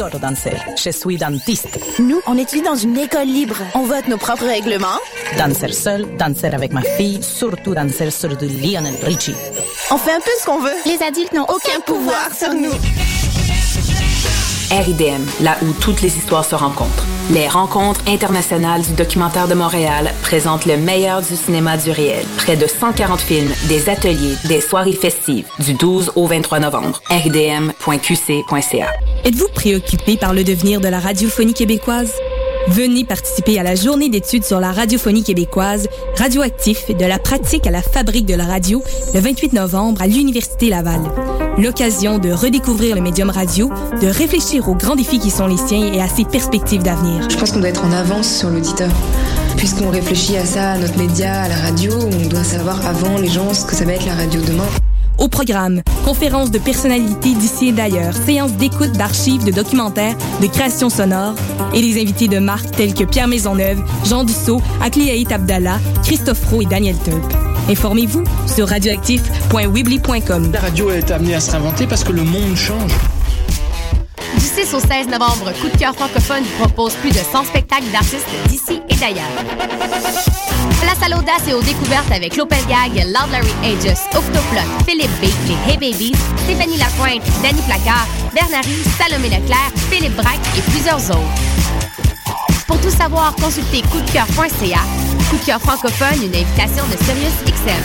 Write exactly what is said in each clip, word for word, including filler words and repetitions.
J'adore danser. Je suis dentiste. Nous, on étudie dans une école libre. On vote nos propres règlements. Danser seul, danser avec ma fille, surtout danser sur du Lionel Richie. On fait un peu ce qu'on veut. Les adultes n'ont aucun pouvoir sur nous. R I D M, là où toutes les histoires se rencontrent. Les Rencontres internationales du documentaire de Montréal présentent le meilleur du cinéma du réel. Près de cent quarante films, des ateliers, des soirées festives, du douze au vingt-trois novembre. R I D M point Q C point C A. Êtes-vous préoccupé par le devenir de la radiophonie québécoise? Venez participer à la journée d'études sur la radiophonie québécoise, radioactif de la pratique à la fabrique de la radio, le vingt-huit novembre à l'Université Laval. L'occasion de redécouvrir le médium radio, de réfléchir aux grands défis qui sont les siens et à ses perspectives d'avenir. Je pense qu'on doit être en avance sur l'auditeur. Puisqu'on réfléchit à ça, à notre média, à la radio, on doit savoir avant les gens ce que ça va être la radio demain. Au programme, conférences de personnalités d'ici et d'ailleurs, séances d'écoute d'archives, de documentaires, de créations sonores et des invités de marque tels que Pierre Maisonneuve, Jean Dussault, Akliaït Abdallah, Christophe Roux et Daniel Tulp. Informez-vous sur radioactif point weebly point com. La radio est amenée à se réinventer parce que le monde change. Du six au seize novembre, Coup de cœur francophone vous propose plus de cent spectacles d'artistes d'ici et d'ailleurs. Place à l'audace et aux découvertes avec Lopez Gag, Loud Larry Aegis, Octoplot, Philippe B, les Hey Babies, Stéphanie Lapointe, Danny Placard, Bernary, Salomé Leclerc, Philippe Braque et plusieurs autres. Pour tout savoir, consultez coup de cœur point C A. Coup de cœur francophone, une invitation de Sirius X M.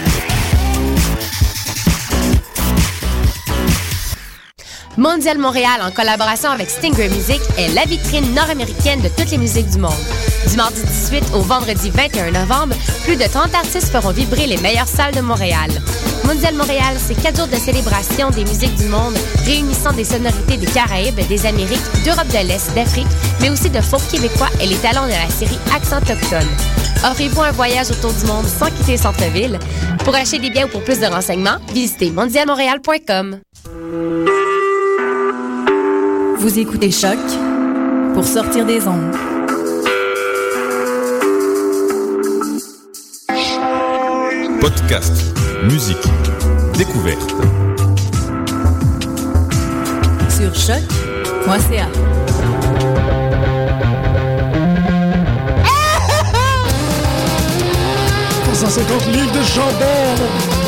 Mondial Montréal, en collaboration avec Stinger Music, est la vitrine nord-américaine de toutes les musiques du monde. Du mardi dix-huit au vendredi vingt et un novembre, plus de trente artistes feront vibrer les meilleures salles de Montréal. Mondial Montréal, c'est quatre jours de célébration des musiques du monde, réunissant des sonorités des Caraïbes, des Amériques, d'Europe de l'Est, d'Afrique, mais aussi de folk québécois et les talents de la série Accent autochtone. Offrez-vous un voyage autour du monde sans quitter le centre-ville. Pour acheter des biens ou pour plus de renseignements, visitez mondial montréal point com. Vous écoutez Choc pour sortir des ondes. Podcast, musique, découverte. Sur choc point C A. cent cinquante livres de chandelle.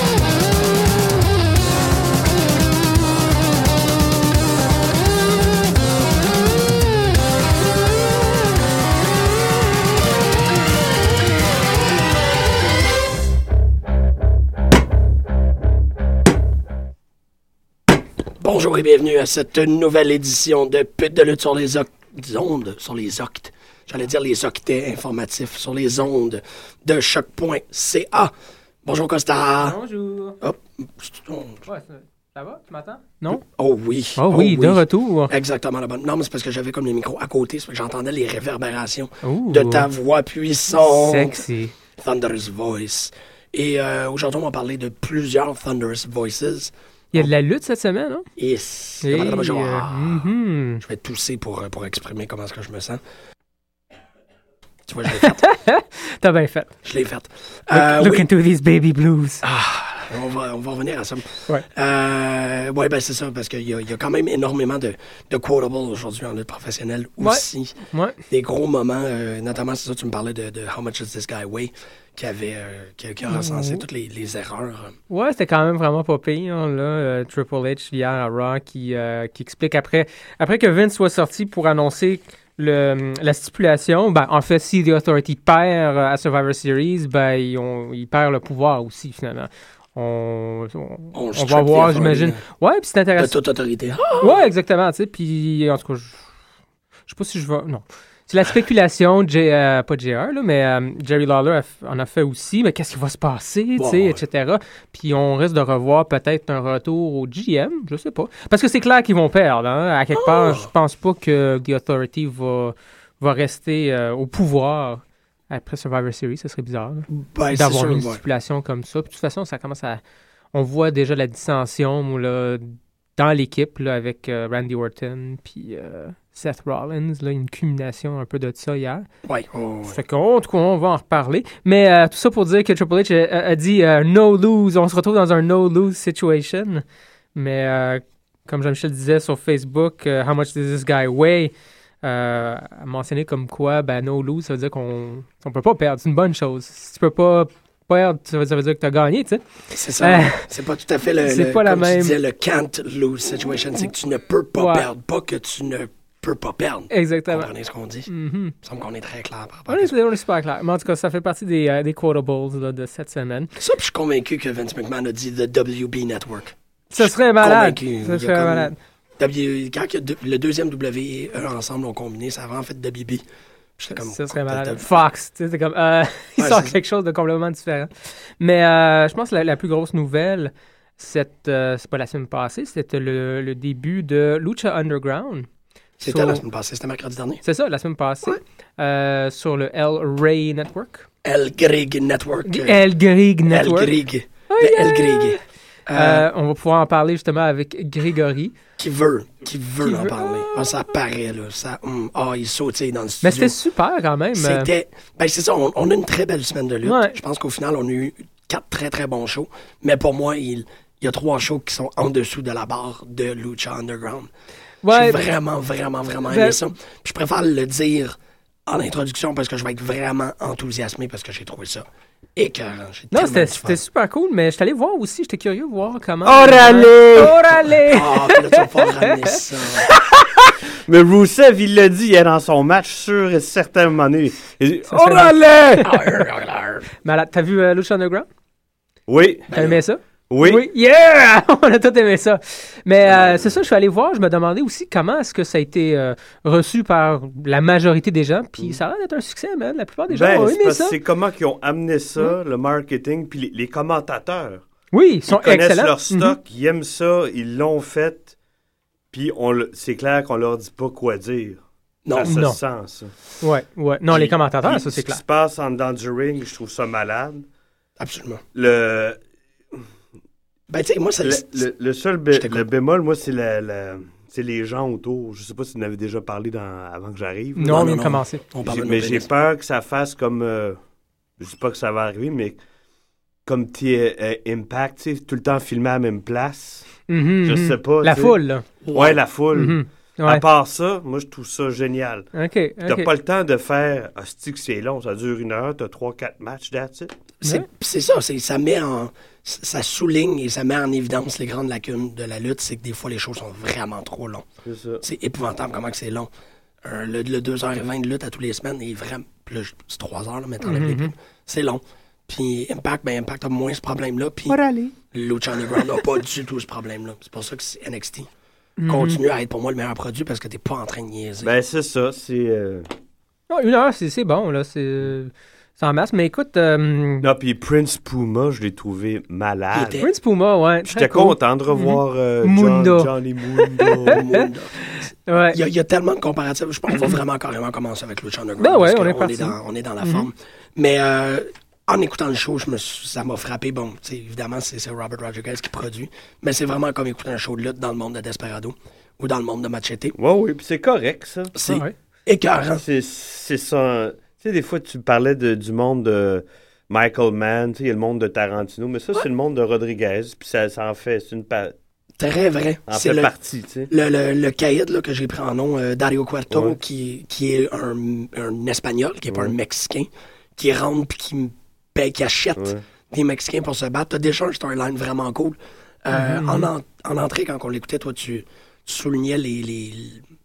Bonjour et bienvenue à cette nouvelle édition de Pute de lutte sur les oct... ondes, sur les octes. J'allais dire les octets informatifs sur les ondes de choc point C A. Bonjour Costa. Bonjour. Hop. Ouais, ça, ça va? Tu m'entends? Non? Oh oui. Oh oui, oh, de oui. retour. Exactement la bonne. Non, mais c'est parce que j'avais comme les micros à côté, c'est parce que j'entendais les réverbérations Ooh. de ta voix puissante. Sexy. Thunderous Voice. Et euh, aujourd'hui, on va parler de plusieurs Thunderous Voices. Il y a de la lutte cette semaine, hein? Yes. Et, Et, euh, genre, euh, mm-hmm. Je vais tousser pour, pour exprimer comment est-ce que je me sens. Tu vois, je l'ai faite. T'as bien fait. Je l'ai faite. Look, Euh, look oui. into these baby blues. Ah, on va, on va revenir à ça. Ouais. Euh, ouais, ben c'est ça, parce qu'il y a, il y a quand même énormément de, de quotables aujourd'hui en lutte professionnelle aussi. Ouais. Ouais. Des gros moments, euh, notamment, c'est ça, tu me parlais de, de How Much Does This Guy Weigh, qui avait, euh, qui, qui a recensé Mmh. toutes les, les erreurs. Ouais, c'était quand même vraiment pas pire, hein, là. Euh, Triple H hier à Raw qui, euh, qui explique après, après que Vince soit sorti pour annoncer le, la stipulation, ben, en fait, si The Authority perd euh, à Survivor Series, ben, il, on, il perd le pouvoir aussi, finalement. On, on, On, on va voir, j'imagine. Ouais, puis c'est De intéressant. toute autorité. Ouais, exactement, tu sais, puis en tout cas, je je sais pas si je vais... Non. C'est la spéculation, J, euh, pas J R, là, mais euh, Jerry Lawler a f- en a fait aussi, mais qu'est-ce qui va se passer, tu sais, Ouais. et cetera. Puis on risque de revoir peut-être un retour au G M, je sais pas. Parce que c'est clair qu'ils vont perdre, hein. À quelque part, je pense pas que The Authority va, va rester euh, au pouvoir après Survivor Series, ça serait bizarre, là, Ben, c'est d'avoir sûr, une ouais. stipulation comme ça. Puis de toute façon, ça commence à... On voit déjà la dissension, là, dans l'équipe, là, avec euh, Randy Orton, puis... Euh, Seth Rollins, là, une culmination un peu de ça hier. Ouais. Oh, ouais. Fait qu'en tout cas, on va en reparler. Mais euh, tout ça pour dire que Triple H a, a dit euh, no lose. On se retrouve dans un no lose situation. Mais euh, comme Jean-Michel disait sur Facebook, uh, How much does this guy weigh? Euh, a mentionné comme quoi, ben, no lose, ça veut dire qu'on on peut pas perdre. C'est une bonne chose. Si tu peux pas perdre, ça veut, ça veut dire que tu as gagné, tu sais. C'est ça. Euh, c'est pas tout à fait le, c'est le pas la comme même... tu disais, le can't lose situation. C'est que tu ne peux pas ouais. perdre, pas que tu ne peux pas perdre. Exactement. Vous comprenez ce qu'on dit? Mm-hmm. Il me semble qu'on est très clair par rapport on à ça. Est, on est super clair. Mais en tout cas, ça fait partie des, euh, des quotables là, de cette semaine. Ça, puis je suis convaincu que Vince McMahon a dit The W B Network. Ça serait malade. Convaincu. Ça serait malade. W, quand le deuxième W et eux ensemble ont combiné, ça a vraiment fait W B. Comme, ça serait malade. Fox, tu sais, c'est comme, euh, il ouais, sort quelque chose de complètement différent. Mais euh, je pense que la, la plus grosse nouvelle, c'est, euh, c'est pas la semaine passée, c'était le, le début de Lucha Underground. C'était sur... la semaine passée, c'était mercredi dernier. C'est ça, la semaine passée, ouais. euh, sur le El Rey Network. El Grig Network. El Grig Network. El Grig. Oh, yeah. El Grig. Euh, euh, on va pouvoir en parler justement avec Grégory. Qui veut, qui veut qui en veut... parler. Ah, ça paraît, là. Ça, hum, ah, il sautille dans le studio. Mais c'était super quand même. C'était. Ben, c'est ça, on, on a une très belle semaine de lutte. Ouais. Je pense qu'au final, on a eu quatre très, très bons shows. Mais pour moi, il, il y a trois shows qui sont en dessous de la barre de Lucha Underground. Ouais, J'ai vraiment, vraiment, vraiment ben... aimé ça. Puis je préfère le dire en introduction parce que je vais être vraiment enthousiasmé parce que j'ai trouvé ça écœurant. Non, c'était, c'était super cool, mais je suis allé voir aussi, j'étais curieux de voir comment... Orale! Orale! Ah, puis là, tu vas pas ramener ça. Mais Rusev, il l'a dit hier dans son match, sûr et certain moment donné. Il dit « Orale! » Malade. T'as vu euh, Lucha Underground? Oui. T'as aimé ça? Oui. oui. Yeah! On a tous aimé ça. Mais euh, c'est ça, je suis allé voir, je me demandais aussi comment est-ce que ça a été euh, reçu par la majorité des gens. Puis ça a l'air d'être un succès, man. La plupart des gens ben, ont aimé ça. C'est comment qu'ils ont amené ça, mmh. le marketing, puis les, les commentateurs. Oui, ils sont ils connaissent excellents. leur stock, mmh. ils aiment ça, ils l'ont fait. Puis on, c'est clair qu'on leur dit pas quoi dire. Non, ça non. se sent, ça. Ouais, ouais. Non, puis, les commentateurs, ça, c'est ce clair. Ce qui se passe en dedans du ring, je trouve ça malade. Absolument. Le... Ben, tu sais, moi, ça... Le, le, le seul bé- le bémol, moi, c'est, la, la, c'est les gens autour. Je sais pas si vous en avez déjà parlé dans, avant que j'arrive. Non, on vient de commencer. On j'ai, mais j'ai peur que ça fasse comme... Euh, je sais pas que ça va arriver, mais comme T- euh, Impact, tu sais, tout le temps filmé à la même place. Mm-hmm, je sais pas. La foule, là. Ouais, ouais la foule. Mm-hmm. Ouais. À part ça, moi, je trouve ça génial. OK, okay. T'as pas le temps de faire... Ah, c'est que c'est long, ça dure une heure, t'as trois, quatre matchs, that's it. C'est, ouais. c'est ça, c'est, ça met en... Ça souligne et ça met en évidence les grandes lacunes de la lutte, c'est que des fois, les shows sont vraiment trop longs. C'est ça. C'est épouvantable comment que c'est long. Euh, le, le deux heures vingt de lutte à tous les semaines est vraiment... Là, c'est trois heures, là, mais t'enlèves mm-hmm. les pubs. C'est long. Puis Impact, ben Impact a moins ce problème-là. Puis Lucha Underground n'a pas du tout ce problème-là. C'est pour ça que c'est N X T mm-hmm. continue à être pour moi le meilleur produit parce que t'es pas en train de niaiser. Ben c'est ça, c'est... Euh... Oh, une heure, c'est, c'est bon, là. C'est... C'est en masse, mais écoute... Euh... Non, puis Prince Puma, je l'ai trouvé malade. Était... Prince Puma, ouais. J'étais cool. content de revoir euh, Mundo. John, Johnny Mundo. Mundo. Ouais. Il, y a, il y a tellement de comparatifs. Je pense qu'on va vraiment carrément commencer avec Lucha Underground. Ben ouais, parce on est on parti. Est dans, on est dans la mm-hmm. forme. Mais euh, en écoutant le show, je me suis, ça m'a frappé. Bon, évidemment, c'est, c'est Robert Rodriguez qui produit. Mais c'est vraiment comme écouter un show de lutte dans le monde de Desperado ou dans le monde de Machete. Ouais, oui, puis c'est correct, ça. C'est ah, ouais. écœurant. C'est, c'est ça... Tu sais, des fois, tu parlais de, du monde de Michael Mann, tu sais, il y a le monde de Tarantino, mais ça, ouais. c'est le monde de Rodriguez, puis ça, ça en fait, c'est une pa... Très vrai. En c'est fait le, partie, tu sais. Le, le, le caïd là, que j'ai pris en nom, euh, Dario Cuarto, ouais. qui, qui est un, un Espagnol, qui n'est pas ouais. un Mexicain, qui rentre puis qui paye, qui achète ouais. des Mexicains pour se battre. T'as déjà un storyline vraiment cool. Euh, mm-hmm. en, en, en entrée, quand on l'écoutait, toi, tu, tu soulignais les, les,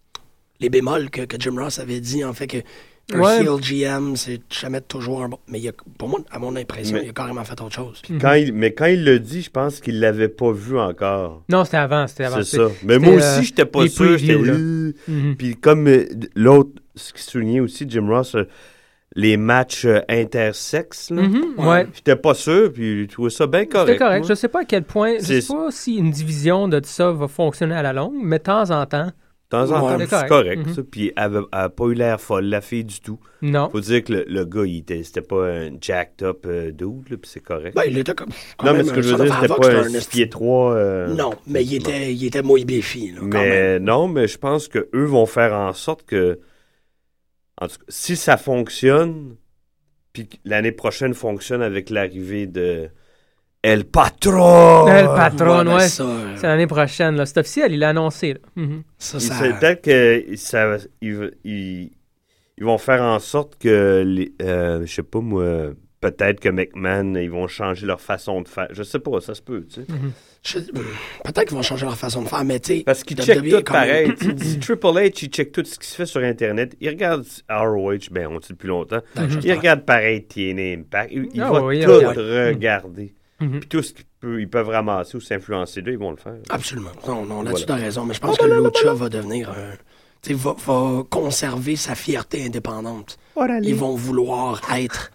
les bémols que, que Jim Ross avait dit, en fait, que un ouais. heel G M, c'est jamais toujours un bon... Mais il a, pour moi, à mon impression, mais, il a carrément fait autre chose. Mm-hmm. Quand il, mais quand il l'a dit, je pense qu'il l'avait pas vu encore. Non, c'était avant, c'était avant. C'est c'était, ça. Mais moi aussi, j'étais pas euh, sûr. J'étais... Mm-hmm. Puis comme euh, l'autre, ce qui soulignait aussi, Jim Ross, euh, les matchs euh, intersexes, là. Mm-hmm. Ouais. J'étais pas sûr, puis je trouvais ça bien correct. C'était correct. Moi. Je sais pas à quel point... C'est... Je sais pas si une division de ça va fonctionner à la longue, mais de temps en temps... De temps en temps, c'est correct, correct mm-hmm. ça. Puis elle n'a pas eu l'air folle, la fille, du tout. Non. Faut dire que le, le gars, il était, c'était pas un jacked up euh, dude, là, puis c'est correct. Ben, il était comme... Non, mais ce que je veux dire, c'était pas un six pieds trois... Euh... Non, mais il était, il était moins béfi, là, quand mais même. Non, mais je pense qu'eux vont faire en sorte que... En tout cas, si ça fonctionne, puis que l'année prochaine fonctionne avec l'arrivée de El Patron! El Patron, ouais. ouais. ouais. Ça, euh... C'est l'année prochaine. Là. C'est officiel, il l'a annoncé. Là. Mm-hmm. Ça, ça... C'est peut-être qu'ils ils, ils, ils vont faire en sorte que, les, euh, je sais pas moi, peut-être que McMahon, ils vont changer leur façon de faire. Je sais pas, ça se peut, tu sais. Mm-hmm. Je... Peut-être qu'ils vont changer leur façon de faire, mais tu sais... Parce qu'ils checkent tout pareil. Triple H, il check tout ce qui se fait sur Internet. Il regarde R O H, ben on le dit depuis longtemps. Mm-hmm. Il regarde pareil T N A Impact. Il, il ah, va oui, tout oui. regarder. Mm-hmm. Puis tout ce qu'ils peuvent, ils peuvent ramasser ou s'influencer d'eux, ils vont le faire. Absolument. Non, non, là-dessus, voilà. T'as raison. Mais je pense oh, que Lucha va devenir... Euh, tu sais, va, va conserver sa fierté indépendante. Voilà, ils vont vouloir être...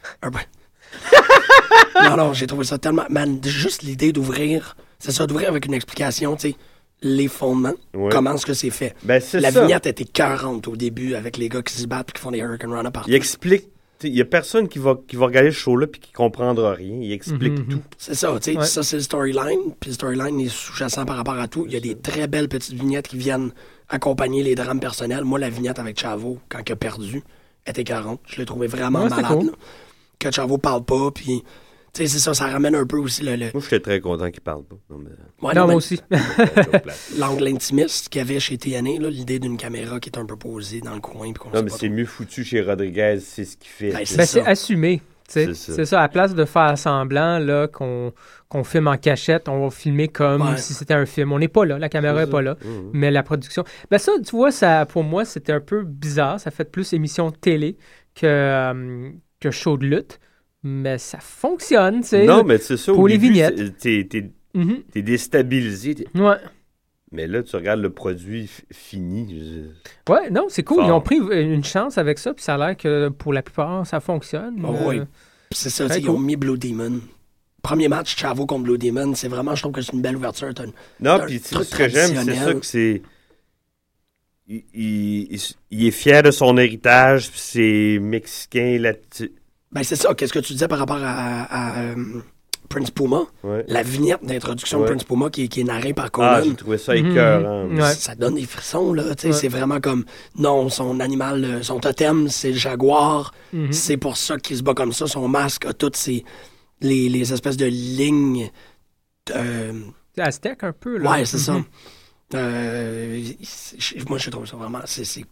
non, non, j'ai trouvé ça tellement... Man, juste l'idée d'ouvrir... C'est ça, d'ouvrir avec une explication, tu sais, les fondements, oui. comment est-ce que c'est fait. Ben, c'est la ça. vignette était quarante au début avec les gars qui se battent et qui font des Hurricane Run partout. Il explique, il y a personne qui va, qui va regarder ce show-là puis qui comprendra rien. Il explique mm-hmm. tout. C'est ça, tu sais, ouais. ça c'est le storyline, puis le storyline est sous-jacent par rapport à tout. Il y a des très belles petites vignettes qui viennent accompagner les drames personnels. Moi, la vignette avec Chavo, quand il a perdu, était quarante. Je l'ai trouvé vraiment ouais, malade. Cool. Que Chavo parle pas, puis... Tu sais, c'est ça, ça ramène un peu aussi le... le... Moi, j'étais très content qu'il parle pas. Non, mais... ouais, non, non, moi aussi. L'angle intimiste qu'il y avait chez T N A, là, l'idée d'une caméra qui est un peu posée dans le coin. Puis qu'on non, mais c'est trop. Mieux foutu chez Rodriguez, c'est ce qu'il fait. Ben, c'est, ben, c'est assumé. C'est ça. c'est ça, à la place de faire semblant là, qu'on, qu'on filme en cachette, on va filmer comme ouais. si c'était un film. On n'est pas là, la caméra n'est pas là, mmh. mais la production... Ben ça, tu vois, ça, pour moi, c'était un peu bizarre. Ça fait plus émission de télé que, euh, que show de lutte. Mais ça fonctionne, tu sais. Non, mais c'est ça. Pour au les début, vignettes. T'es, t'es, mm-hmm. t'es déstabilisé. T'es... Ouais. Mais là, tu regardes le produit f- fini. Je... Ouais, non, c'est cool. Fort. Ils ont pris une chance avec ça, puis ça a l'air que pour la plupart, ça fonctionne. Oh, euh... Oui. C'est ça, cool. Ils ont mis Blue Demon. Premier match, Chavo contre Blue Demon, c'est vraiment, je trouve que c'est une belle ouverture. T'as une, non, puis ce que j'aime, c'est ça que c'est... Il, il, il est fier de son héritage, puis c'est mexicain, là. Ben, c'est ça. Qu'est-ce que tu disais par rapport à, à, à um, Prince Puma? Ouais. La vignette d'introduction ouais. de Prince Puma qui, qui est narrée par Conan. Ah, j'ai trouvé ça écœurant. Mmh. Ouais. Ça donne des frissons, là. Ouais. C'est vraiment comme, non, son animal, son totem, c'est le jaguar. Mm-hmm. C'est pour ça qu'il se bat comme ça. Son masque a toutes ces, les, les espèces de lignes. Euh... C'est aztèque un peu, là. Ouais, c'est mm-hmm. ça. Euh, moi, je trouve ça vraiment... C'est... c'est...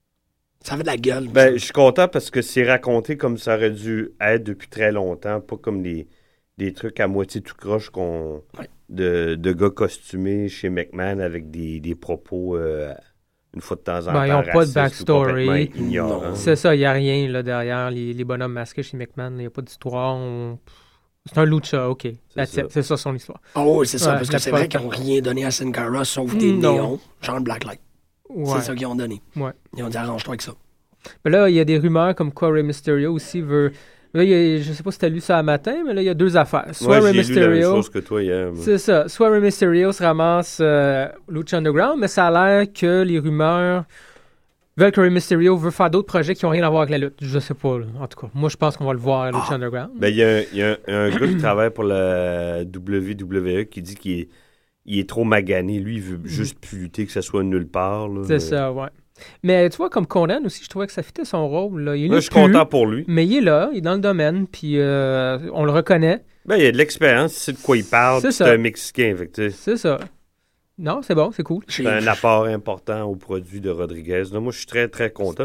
Ça avait de la gueule. Ben, je suis content parce que c'est raconté comme ça aurait dû être depuis très longtemps, pas comme des, des trucs à moitié tout croche qu'on, ouais. de, de gars costumés chez McMahon avec des, des propos euh, une fois de temps en temps. Ben, ils n'ont pas de backstory. Ignorant. C'est ça, il n'y a rien là, derrière les, les bonhommes masqués chez McMahon. Il n'y a pas d'histoire. On... C'est un lucha, OK. C'est ça. c'est ça son histoire. Oh oui, c'est ça, ouais, parce que c'est vrai qu'ils n'ont rien donné à Sin Cara sauf des non. néons, genre le Blacklight. Ouais. C'est ça qu'ils ont donné. Ouais. Ils ont dit arrange-toi avec ça. Mais là, il y a des rumeurs comme quoi Rey Mysterio aussi veut. Là, il y a, je sais pas si tu as lu ça un matin, mais là, il y a deux affaires. Soit ouais, Rey j'ai Mysterio. lu la même chose que toi hier. C'est ça. Soit Rey Mysterio se ramasse euh, Lucha Underground, mais ça a l'air que les rumeurs veulent que Rey Mysterio veut faire d'autres projets qui n'ont rien à voir avec la lutte. Je sais pas, là. En tout cas. Moi, je pense qu'on va le voir à Lucha ah. Underground. Ben, il y a, y a un, un gars qui travaille pour la W W E qui dit qu'il est, il est trop magané. Lui, il veut juste plus lutter, que ça soit nulle part. Là. C'est mais... ça, ouais. Mais tu vois, comme Conan aussi, je trouvais que ça fitait son rôle. Là. Il est là, je suis content pour lui. Mais il est là, il est dans le domaine, puis euh, on le reconnaît. Ben, il a de l'expérience, il sait de quoi il parle, c'est, c'est un Mexicain. Fait que, c'est ça. Non, c'est bon, c'est cool. C'est un apport important au produit de Rodriguez. Là, moi, je suis très, très content.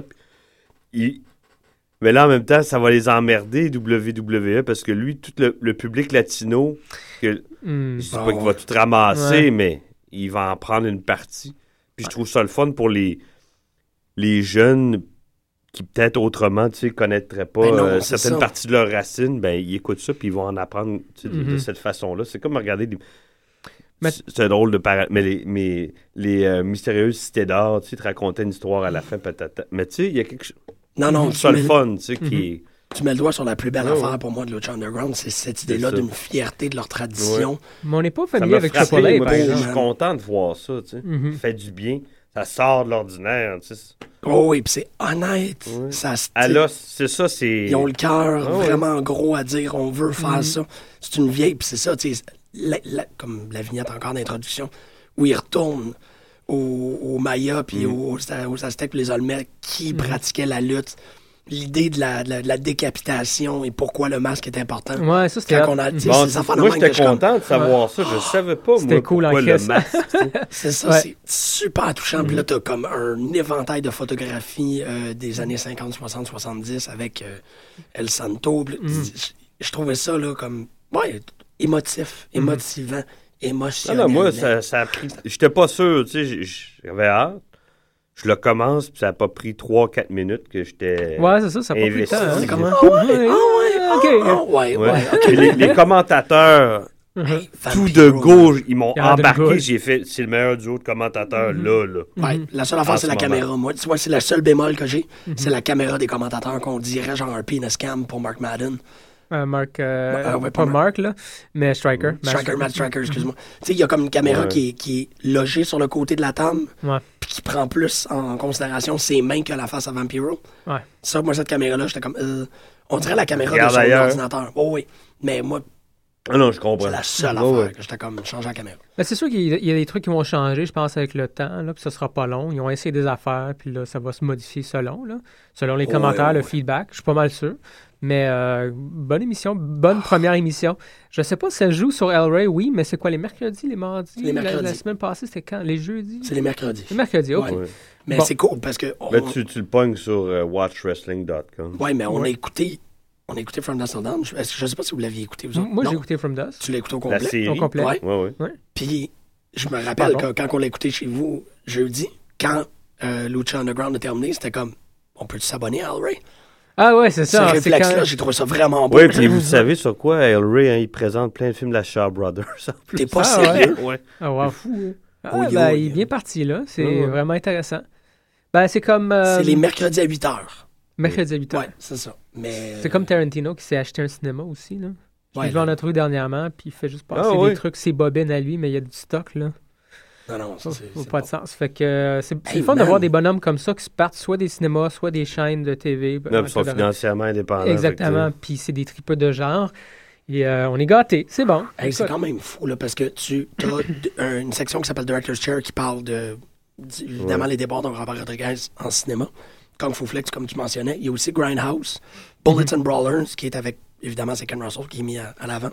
Il... Mais là, en même temps, ça va les emmerder, W W E, parce que lui, tout le, le public latino, que, mm. je dis pas oh. qu'il va tout ramasser, ouais. mais il va en prendre une partie. Puis je trouve ça le fun pour les... les jeunes qui peut-être autrement, tu sais, connaîtraient pas ben non, euh, certaines ça. parties de leurs racines, ben ils écoutent ça puis ils vont en apprendre mm-hmm. de, de cette façon-là. C'est comme regarder des... Mais... C'est drôle de parler, mais les, mais les euh, mystérieuses cités d'or, tu sais, te racontaient une histoire à la fin, peut-être. Mais tu sais, il y a quelque chose... Non, non, ça le fun, tu sais, mm-hmm. qui est... Tu mets le doigt sur la plus belle oh. affaire pour moi de Lucha Underground, c'est cette idée-là d'une fierté de leur tradition. Ouais. Mais on n'est pas familier avec Triple H, par exemple. Je suis content de voir ça, tu sais. Mm-hmm. Ça fait du bien. Ça sort de l'ordinaire, tu sais. Oh oui, puis c'est honnête. Oui. Ça, Alors, c'est ça, c'est... Ils ont le cœur oh, vraiment oui. gros à dire, on veut faire mm-hmm. ça. C'est une vieille, puis c'est ça, tu sais, la, la, comme la vignette encore d'introduction, où ils retournent aux, aux Mayas, puis mm-hmm. aux, aux Aztèques, puis les Olmecs, qui mm-hmm. pratiquaient la lutte. l'idée de la, de, la, de la décapitation et pourquoi le masque est important. Ouais, ça, c'était... Quand on a, bon, moi, j'étais content comme... de savoir ça. Je savais pas, c'était moi, cool pourquoi le masque. C'est ça, ouais. C'est super touchant. Mm-hmm. Puis là, t'as comme un éventail de photographies euh, des années cinquante, soixante, soixante-dix avec euh, El Santo. Mm. Je, je trouvais ça, là, comme... Ouais, émotif, émotivant, mm. émotionnel. Non, non, moi, ça, ça a pris... J'étais pas sûr, tu sais, j'avais hâte. Je le commence, puis ça n'a pas pris trois quatre minutes que j'étais. Ouais, c'est ça, ça n'a pas pris le temps. Hein? C'est comment? Ah ouais, ah ouais, ok. Ah ouais, ouais, ok. Les, les commentateurs, hey, tout de go, ils m'ont embarqué. J'ai fait, c'est le meilleur duo de commentateurs mm-hmm. là, là. Ouais, mm-hmm. La seule affaire, c'est la moment. caméra. Moi, tu vois, c'est le seul bémol que j'ai. Mm-hmm. C'est la caméra des commentateurs qu'on dirait genre un penis cam pour Mark Madden. Euh, Mark, euh, euh, ouais, pas, pas Mark, là, mais Striker. Mm. Striker, Matt Striker, excuse-moi. Tu sais, il y a comme une caméra ouais. qui, est, qui est logée sur le côté de la table, ouais. puis qui prend plus en considération ses mains que la face à Vampiro. Ouais. Ça, moi, cette caméra-là, j'étais comme... Euh, on dirait la caméra Regarde de son d'ailleurs. ordinateur. Oh oui, mais moi... Ah non, je comprends. C'est la seule oh, affaire ouais. que j'étais comme changer la caméra. Mais c'est sûr qu'il y a des trucs qui vont changer, je pense, avec le temps, là, puis ça sera pas long. Ils ont essayé des affaires, puis là, ça va se modifier selon, là, selon les commentaires, ouais, ouais, le ouais. feedback. Je suis pas mal sûr. Mais euh, bonne émission, bonne première émission. Je sais pas si ça joue sur El-Ray, oui, mais c'est quoi, les mercredis, les mardis? Les mercredis. La, la semaine passée, c'était quand? Les jeudis? C'est les mercredis. Les mercredis, OK. Ouais. Ouais. Mais bon. C'est cool, parce que... On... Mais tu, tu le pognes sur uh, watch wrestling dot com. Oui, mais on ouais. a écouté... On a écouté From Dusk Till Dawn. Je ne sais pas si vous l'aviez écouté, vous autres. Moi, non. j'ai écouté From Dusk. Tu l'as écouté au complet? La série? Au complet. Oui. Ouais, ouais. Puis, je me rappelle que quand on l'a écouté chez vous jeudi, quand euh, Lucha Underground a terminé, c'était comme, on peut s'abonner à El-Ray? Ah ouais, c'est ça. Ce réflexe-là, quand... j'ai trouvé ça vraiment beau. Oui, puis vous savez sur quoi El-Ray, hein, il présente plein de films de la Shaw Brothers. T'es pas ah, sérieux? Ouais. Ah wow. Fou. Ah, oh, ben, yo, il est bien parti, là. C'est oh, ouais. vraiment intéressant. Ben, c'est comme... Euh... C'est les mercredis à huit heures. Mercredi à huit heures. Oui, c'est ça. Mais... C'est comme Tarantino qui s'est acheté un cinéma aussi, là. Ouais, il va en a trouvé dernièrement, puis il fait juste passer ah, des oui. trucs, ses bobines à lui, mais il y a du stock, là. Non, non, ça, c'est... Ça n'a pas bon. de sens. Fait que c'est, c'est hey, le fun man. d'avoir des bonhommes comme ça qui se partent soit des cinémas, soit des chaînes de T V. Non, ils sont financièrement indépendants. Exactement, puis c'est des tripeux de genre. Et euh, on est gâtés, c'est bon. Hey, c'est quand même fou, là, parce que tu as une section qui s'appelle Director's Chair qui parle de, évidemment, ouais. les départs de Robert Rodriguez en cinéma. Kung Fu Flex, comme tu mentionnais. Il y a aussi Grindhouse, Bullets mm-hmm. and Brawlers, qui est avec, évidemment, c'est Ken Russell qui est mis à, à l'avant.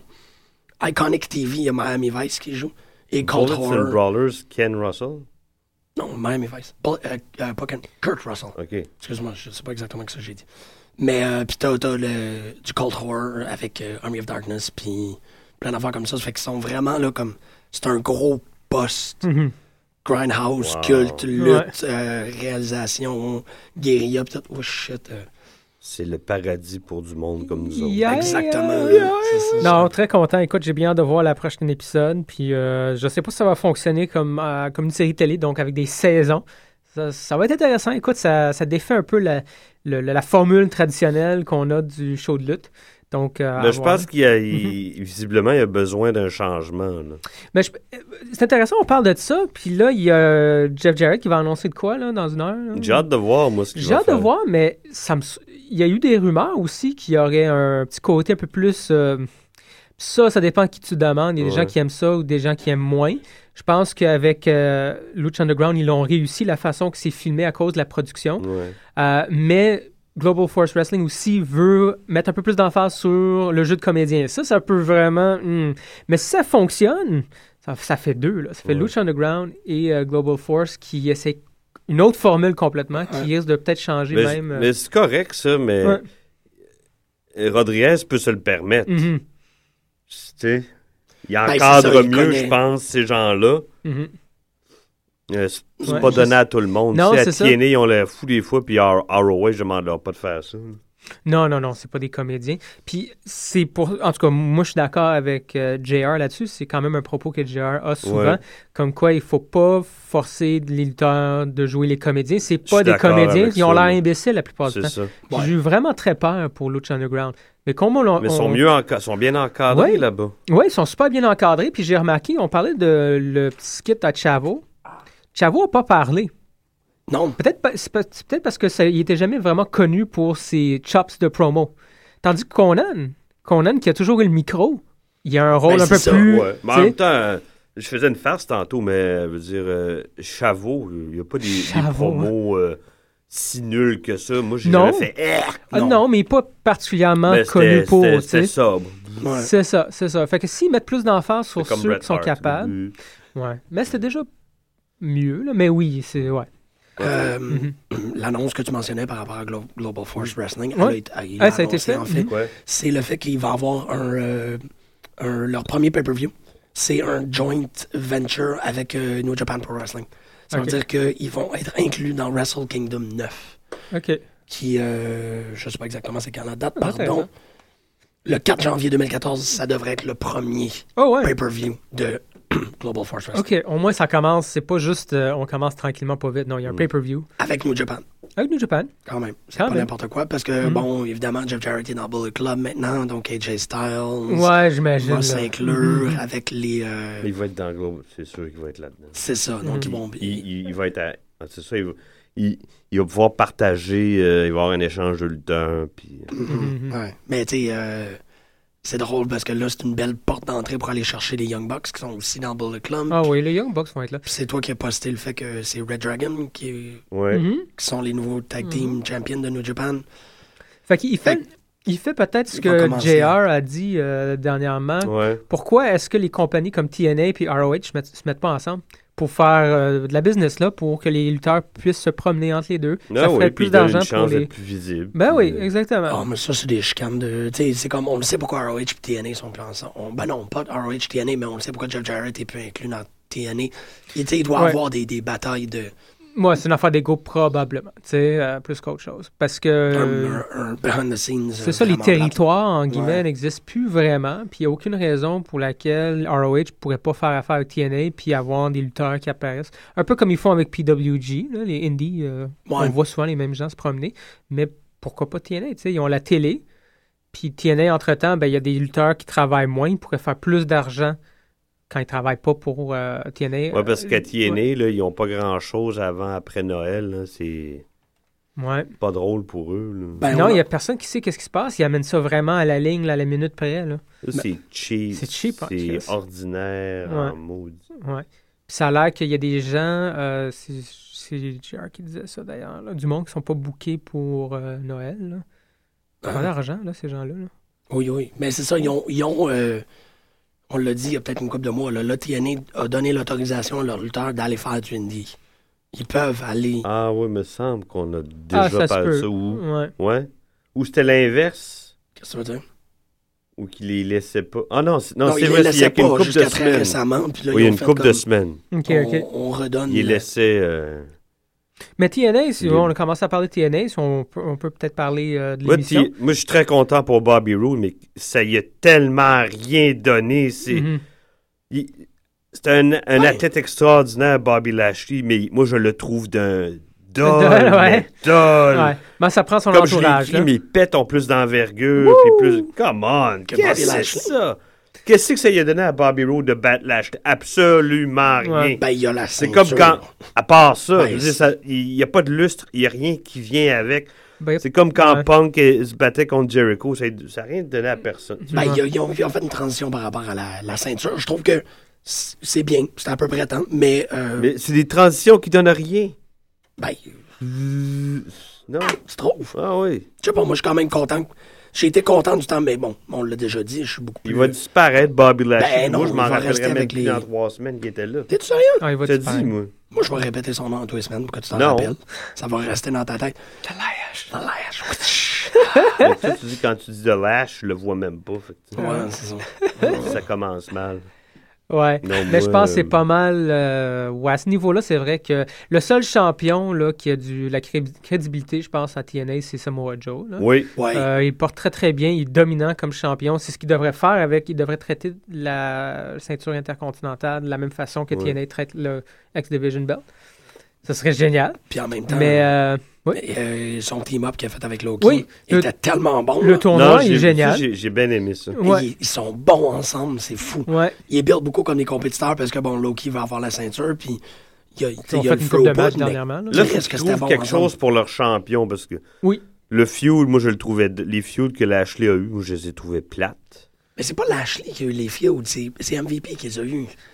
Iconic T V, il y a Miami Vice qui joue. Et Cold Bullets Horror. and Brawlers, Ken Russell? Non, Miami Vice. Bull, euh, euh, pas Ken, Kurt Russell. OK. Excuse-moi, je sais pas exactement ce que j'ai dit. Mais, euh, pis t'as, t'as le, du Cold Horror avec euh, Army of Darkness, puis plein d'affaires comme ça. Ça fait qu'ils sont vraiment, là, comme... C'est un gros poste. Mm-hmm. Grindhouse, wow. culte, lutte, ouais. euh, réalisation, guérilla, peut-être. Oh shit. Euh. C'est le paradis pour du monde comme nous autres. Yeah, Exactement. Yeah, yeah. C'est ça, non, très content. Écoute, j'ai bien hâte de voir la prochaine épisode. Puis euh, je sais pas si ça va fonctionner comme, euh, comme une série télé, donc avec des saisons. Ça, ça va être intéressant. Écoute, ça, ça défait un peu la, la, la formule traditionnelle qu'on a du show de lutte. Donc, euh, là, je pense qu'il y a, il, mm-hmm. visiblement, il y a besoin d'un changement. Là. Mais je, c'est intéressant, on parle de ça. Puis là, il y a Jeff Jarrett qui va annoncer de quoi là, dans une heure. Là. J'ai hâte de voir, moi, ce qu'il J'ai va hâte faire. de voir, mais ça me, il y a eu des rumeurs aussi qu'il y aurait un petit côté un peu plus... Euh, ça, ça dépend qui tu demandes. Il y a des ouais. gens qui aiment ça ou des gens qui aiment moins. Je pense qu'avec euh, Lucha Underground, ils l'ont réussi la façon que c'est filmé à cause de la production. Ouais. Euh, mais... Global Force Wrestling aussi veut mettre un peu plus d'emphase sur le jeu de comédien. Ça, ça peut vraiment... Hmm. Mais si ça fonctionne, ça, ça fait deux. Là. Ça fait ouais. Lucha Underground et euh, Global Force qui essaient une autre formule complètement qui ouais. risque de peut-être changer mais, même... Euh... Mais c'est correct, ça, mais ouais. Rodriguez peut se le permettre. Mm-hmm. Tu sais, il encadre ben, ça, mieux, je pense, ces gens-là. Mm-hmm. Euh, c'est c'est ouais, pas donné à tout le monde. Non, à c'est T N A, ils ont l'air fous des fois, puis R O H, je demande leur pas de faire ça. Non, non, non, c'est pas des comédiens. Puis c'est pour... En tout cas, moi, je suis d'accord avec euh, J R là-dessus. C'est quand même un propos que J R a souvent. Ouais. Comme quoi, il faut pas forcer les lutteurs de jouer les comédiens. C'est pas des comédiens. Ils ont l'air imbéciles la plupart du temps. Ça. J'ai ouais. eu vraiment très peur pour Lucha Underground. Mais comme on, Mais ils on... sont, mieux enca... sont bien encadrés ouais. là-bas. Oui, ils sont super bien encadrés. Puis j'ai remarqué, on parlait de le petit skit à Chavo. Chavo n'a pas parlé. Non. Peut-être, c'est peut-être parce qu'il n'était jamais vraiment connu pour ses chops de promo. Tandis que Conan, Conan qui a toujours eu le micro, il a un rôle ben, un peu ça. plus... Ouais. Mais en même temps, je faisais une farce tantôt, mais je veux dire, euh, Chavo, il n'y a pas des, des promos... Euh, si nul que ça. Moi, j'ai non. jamais fait eh, ah, non. non, mais pas particulièrement mais connu pour. C'était, c'était sobre. Ouais. C'est ça, c'est ça. Fait que s'ils mettent plus d'emphase sur ceux Bret qui sont Hart, capables. mmh. Ouais. Mais c'était déjà mieux, là. Mais oui, c'est. Ouais. Euh, mm-hmm. L'annonce que tu mentionnais par rapport à Glo- Global Force Wrestling, ouais. elle a, elle ah, ça a été fait. En fait, mm-hmm. c'est le fait qu'il va avoir un, euh, un, leur premier pay-per-view. C'est un joint venture avec euh, New Japan Pro Wrestling. Ça okay. veut dire qu'ils vont être inclus dans Wrestle Kingdom neuf. OK. Qui, euh, je ne sais pas exactement c'est quand la date, ah, pardon. Le quatre janvier deux mille quatorze, ça devrait être le premier oh, ouais. pay-per-view de Global Force Wrestling. OK, au moins ça commence, c'est pas juste euh, on commence tranquillement pas vite, non, il y a un mm. pay-per-view. Avec New Japan. Avec New Japan. Quand même, c'est Quand pas même. n'importe quoi, parce que, mm. bon, évidemment, Jeff Jarrett est dans Bullet Club maintenant, donc A J Styles. Ouais, j'imagine. Va s'inclure mm-hmm. avec les... Euh... Il va être dans Global, c'est sûr qu'il va être là-dedans. C'est ça, donc mm. ils vont... Il, il, il va être à... C'est ça, il va... Il, il va pouvoir partager, euh, il va y avoir un échange de lutteurs, puis... Mm-hmm. Ouais, mais tu sais... Euh... C'est drôle parce que là, c'est une belle porte d'entrée pour aller chercher les Young Bucks qui sont aussi dans Bullet Club. Ah oui, les Young Bucks vont être là. Puis c'est toi qui as posté le fait que c'est Red Dragon qui, ouais. mm-hmm. qui sont les nouveaux tag team mm-hmm. champions de New Japan. Fait qu'il fait, fait il fait peut-être ce que J R a dit euh, dernièrement. Ouais. Pourquoi est-ce que les compagnies comme T N A et R O H met, se mettent pas ensemble pour faire euh, de la business là, pour que les lutteurs puissent se promener entre les deux? Non, ça oui, ferait plus d'argent une chance pour les... plus visible. Ben oui, exactement. Ah, oh, mais ça, c'est des chicanes de... Tu sais, c'est comme, on le sait pourquoi R O H et T N A sont plus ensemble. On... Ben non, pas R O H T N A, mais on le sait pourquoi Jeff Jarrett est plus inclus dans T N A. Il, il doit y ouais. avoir des, des batailles de... Moi, c'est une affaire d'ego probablement, tu sais, euh, plus qu'autre chose. Parce que... Un, un, un behind the scenes. C'est ça, les territoires, en guillemets, ouais. n'existent plus vraiment. Puis il n'y a aucune raison pour laquelle R O H ne pourrait pas faire affaire avec T N A puis avoir des lutteurs qui apparaissent. Un peu comme ils font avec P W G, là, les indies. Euh, ouais. On voit souvent les mêmes gens se promener. Mais pourquoi pas T N A, tu sais, ils ont la télé. Puis T N A, entre-temps, ben, il y a des lutteurs qui travaillent moins. Ils pourraient faire plus d'argent quand ils ne travaillent pas pour euh, T N A. Oui, parce qu'à T N A, ouais. là, ils n'ont pas grand-chose avant, après Noël. Là, c'est ouais. pas drôle pour eux. Là. Ben, non, il n'y a personne qui sait qu'est-ce qui se passe. Ils amènent ça vraiment à la ligne, là, à la minute près. Là. Ça, c'est cheap. C'est cheap. C'est hein, ordinaire ouais. en maudit. Ouais. Puis ça a l'air qu'il y a des gens, euh, c'est, c'est J R qui disait ça d'ailleurs, là, du monde qui ne sont pas bookés pour euh, Noël. Là. Ils ont ah. l'argent, là, ces gens-là. Là. Oui, oui. Mais c'est ça, ils ont... Ils ont euh... On l'a dit il y a peut-être une couple de mois, là, là T N A a donné l'autorisation à leurs lutteurs d'aller faire du indie. Ils peuvent aller... Ah oui, il me semble qu'on a déjà ah, ça parlé de ça. Ou ouais. ouais. Ou c'était l'inverse. Qu'est-ce que tu veux dire? Ou qu'ils les laissaient pas... Ah non, c'est, non, non c'est vrai, il y a une couple de semaines. Récemment, puis là, oui, il y a une couple comme... de semaines. OK, on, OK. On redonne... Ils laissaient... Euh... Mais T N A, si on a commencé à parler de T N A, si on, peut, on peut peut-être parler euh, de l'émission. Moi, t- moi, je suis très content pour Bobby Roode, mais ça y a tellement rien donné. C'est, mm-hmm. il, c'est un, un ouais. athlète extraordinaire, Bobby Lashley, mais moi, je le trouve d'un dol. ouais. dol. Ouais. Ben, ça prend son Comme entourage. Je l'ai écrit, mais ils pètent ont plus d'envergure. Puis plus... Come on, que qu'est-ce que c'est ça? Qu'est-ce que ça lui a donné à Bobby Roode de battre Lashley? Absolument rien. Ouais. Ben, il y a la c'est ceinture. comme quand, à part ça, ben, je veux dire, ça il n'y a pas de lustre, il n'y a rien qui vient avec. Ben, c'est comme quand ouais. Punk se battait contre Jericho, ça n'a rien donné à personne. Ben, ils, ils, ont, ils ont fait une transition par rapport à la, la ceinture. Je trouve que c'est bien, c'est à peu près temps, mais... Euh... Mais c'est des transitions qui donnent rien. Ben... Euh... Non. Tu trouves? Ah oui. Je sais pas, moi, je suis quand même content. J'ai été content du temps, mais bon, on l'a déjà dit, je suis beaucoup plus... Il va disparaître, Bobby Lashley. Ben non, moi, je m'en rappellerai même plus les... dans trois semaines qu'il était là. T'es-tu sérieux? Ah, il va disparaître. Dit, moi. Moi, je vais répéter son nom en tous les semaines pour que tu t'en non. rappelles. Ça va rester dans ta tête. The Lash. The Lash. Mais toi, tu dis, quand tu dis The Lash, je le vois même pas. Fait que, ouais, c'est ça. Ça commence mal. Ouais, non, mais moi, je pense que c'est euh... pas mal. Euh, ouais, à ce niveau-là, c'est vrai que le seul champion là, qui a du, la cré- crédibilité, je pense, à T N A, c'est Samoa Joe. Là. Oui. Ouais. Euh, il porte très, très bien. Il est dominant comme champion. C'est ce qu'il devrait faire avec. Il devrait traiter la ceinture intercontinentale de la même façon que ouais. T N A traite le X-Division Belt. Ça serait génial. Puis en même temps, mais, euh, oui. euh, son team-up qu'il a fait avec Loki oui, était le, tellement bon. Le là. tournoi non, il est génial. J'ai, j'ai bien aimé ça. Ouais. Ils, ils sont bons ensemble, c'est fou. Ouais. Ils build beaucoup comme des compétiteurs parce que bon, Loki va avoir la ceinture, puis il y a, ils ont il y a fait une couple de matchs dernièrement. Là, là faut qu'ils trouvent bon quelque ensemble. Chose pour leur champion parce que oui. le feud, moi je le trouvais, les feuds que Lashley a eu, moi je les ai trouvés plates. Mais c'est pas Lashley qui a eu les feuds, c'est, c'est M V P qui les a eu.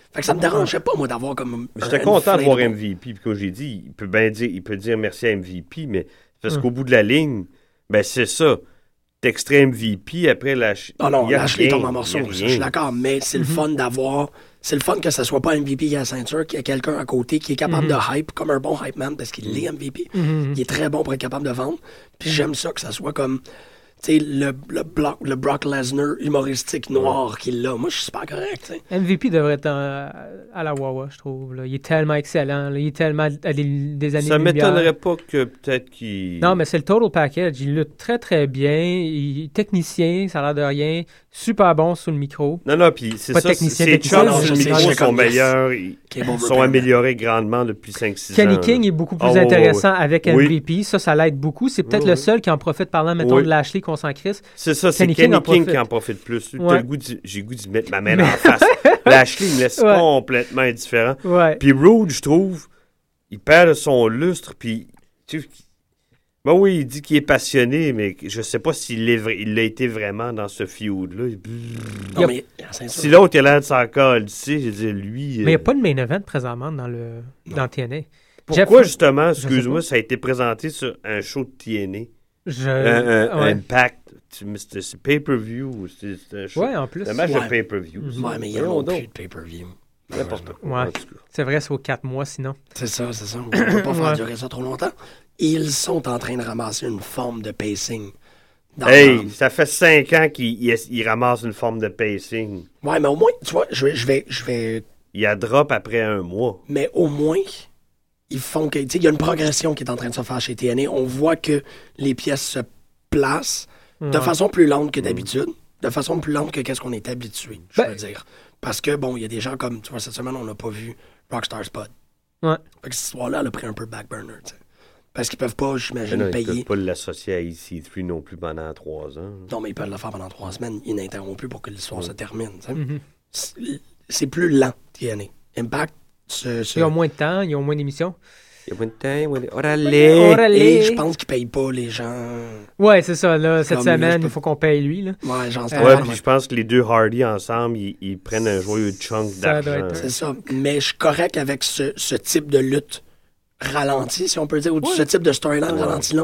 Fait que ça me dérangeait pas, moi, d'avoir comme... J'étais content de voir M V P, puis comme j'ai dit, il peut bien dire, il peut dire merci à M V P, mais parce hum. qu'au bout de la ligne, ben c'est ça. T'extrais M V P, après Lashley... Ah non, Lashley tombe en morceaux, je suis d'accord, mais c'est mm-hmm. le fun d'avoir... C'est le fun que ce soit pas M V P qui a la ceinture, qu'il y a quelqu'un à côté qui est capable mm-hmm. de hype, comme un bon hype man, parce qu'il est M V P. Mm-hmm. Il est très bon pour être capable de vendre. Puis j'aime ça, que ça soit comme... Tu sais, le, le, Brock, le Brock Lesnar humoristique noir ouais. qu'il a. Moi, je suis super correct, t'sais. M V P devrait être en, à la Wawa, je trouve. Là. Il est tellement excellent. Là. Il est tellement à des, des années Ça m'étonnerait pas que peut-être qu'il... Non, mais c'est le total package. Il lutte très, très bien. Il est technicien, ça a l'air de rien. Super bon sur le micro. Non, non, puis c'est pas ça. Ses chops sur le micro sont meilleurs. Ils sont améliorés grandement depuis cinq six ans. Kenny King est beaucoup plus oh, intéressant oh, oh. avec M V P. Oui. Ça, ça l'aide beaucoup. C'est peut-être oh, le seul qui en profite parlant, mettons, oui. de Lashley qu'on s'en crisse. C'est ça, c'est Kenny, Kenny King, King qui en profite plus. Ouais. Le goût de, j'ai le goût d'y mettre ma main en face. Lashley me laisse ouais. complètement indifférent. Ouais. Puis Rude, je trouve, il perd son lustre, puis... Tu, ben oui, il dit qu'il est passionné, mais je sais pas s'il l'a il été vraiment dans ce feud-là. Non, mais, si l'autre il a l'air de s'en coller, tu sais, je dis lui... Mais il n'y a pas de main event présentement dans le dans T N A. Pourquoi, Jeff, justement, excuse-moi, ça a été présenté sur un show de T N A? Je... Un, un, ouais. Impact, c'est pay-per-view, c'est un show. Ouais, en plus. Un match ouais. de pay-per-view. Mm-hmm. Ouais, mais il y a non plus de pay-per-view. N'importe quoi. Ouais. C'est vrai, c'est aux quatre mois, sinon. C'est ça, c'est ça. On ne peut pas faire ouais. durer ça trop longtemps. Ils sont en train de ramasser une forme de pacing. Hey, le... ça fait cinq ans qu'ils ils ramassent une forme de pacing. Ouais, mais au moins, tu vois, je vais... Je vais, je vais... Il y a drop après un mois. Mais au moins... Ils font que, tu sais, il y a une progression qui est en train de se faire chez T N A. On voit que les pièces se placent ouais. de façon plus lente que d'habitude, de façon plus lente que qu'est-ce qu'on est habitué, je ben... veux dire. Parce que, bon, il y a des gens comme, tu vois, cette semaine, on n'a pas vu Rockstar Spud. Ouais. Fait que cette histoire-là, elle a pris un peu back burner, tu sais. Parce qu'ils peuvent pas, j'imagine, non, payer. Ils peuvent pas l'associer à E C trois non plus pendant trois ans. Non, mais ils peuvent le faire pendant trois semaines, ininterrompu pour que l'histoire ouais. se termine, tu sais. Mm-hmm. C'est, c'est plus lent, T N A. Impact, Ce, ce... Ils ont moins de temps, ils ont moins d'émissions. Il y a moins de temps, moins de... Orale! Orale! Et je pense qu'ils payent pas les gens. Ouais, c'est ça, là. Cette semaine, là, peux... il faut qu'on paye lui, là. Ouais, j'en sais euh, Ouais, puis je pense que les deux Hardy ensemble, ils, ils prennent un joyeux chunk ça d'argent. C'est ça. Mais je suis correct avec ce, ce type de lutte ralentie, si on peut dire, ou ouais. ce type de storyline ouais. ralenti-là.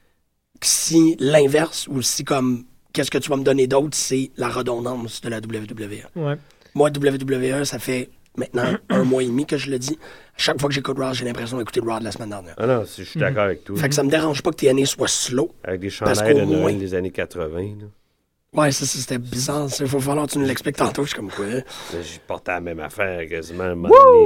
Si l'inverse, ou si comme, qu'est-ce que tu vas me donner d'autre, c'est la redondance de la W W E. Ouais. Moi, W W E, ça fait... maintenant, un mois et demi que je le dis. Chaque fois que j'écoute Raw, j'ai l'impression d'écouter Raw de la semaine dernière. Ah non, je suis d'accord mm-hmm. avec toi. Fait que ça me dérange pas que T N A soit slow. Avec des chandails de Noël moins... des années quatre-vingts. Là. Ouais, ça, ça c'était bizarre. Il faut falloir que tu nous l'expliques tantôt. Je suis comme quoi. J'ai porté la même affaire quasiment.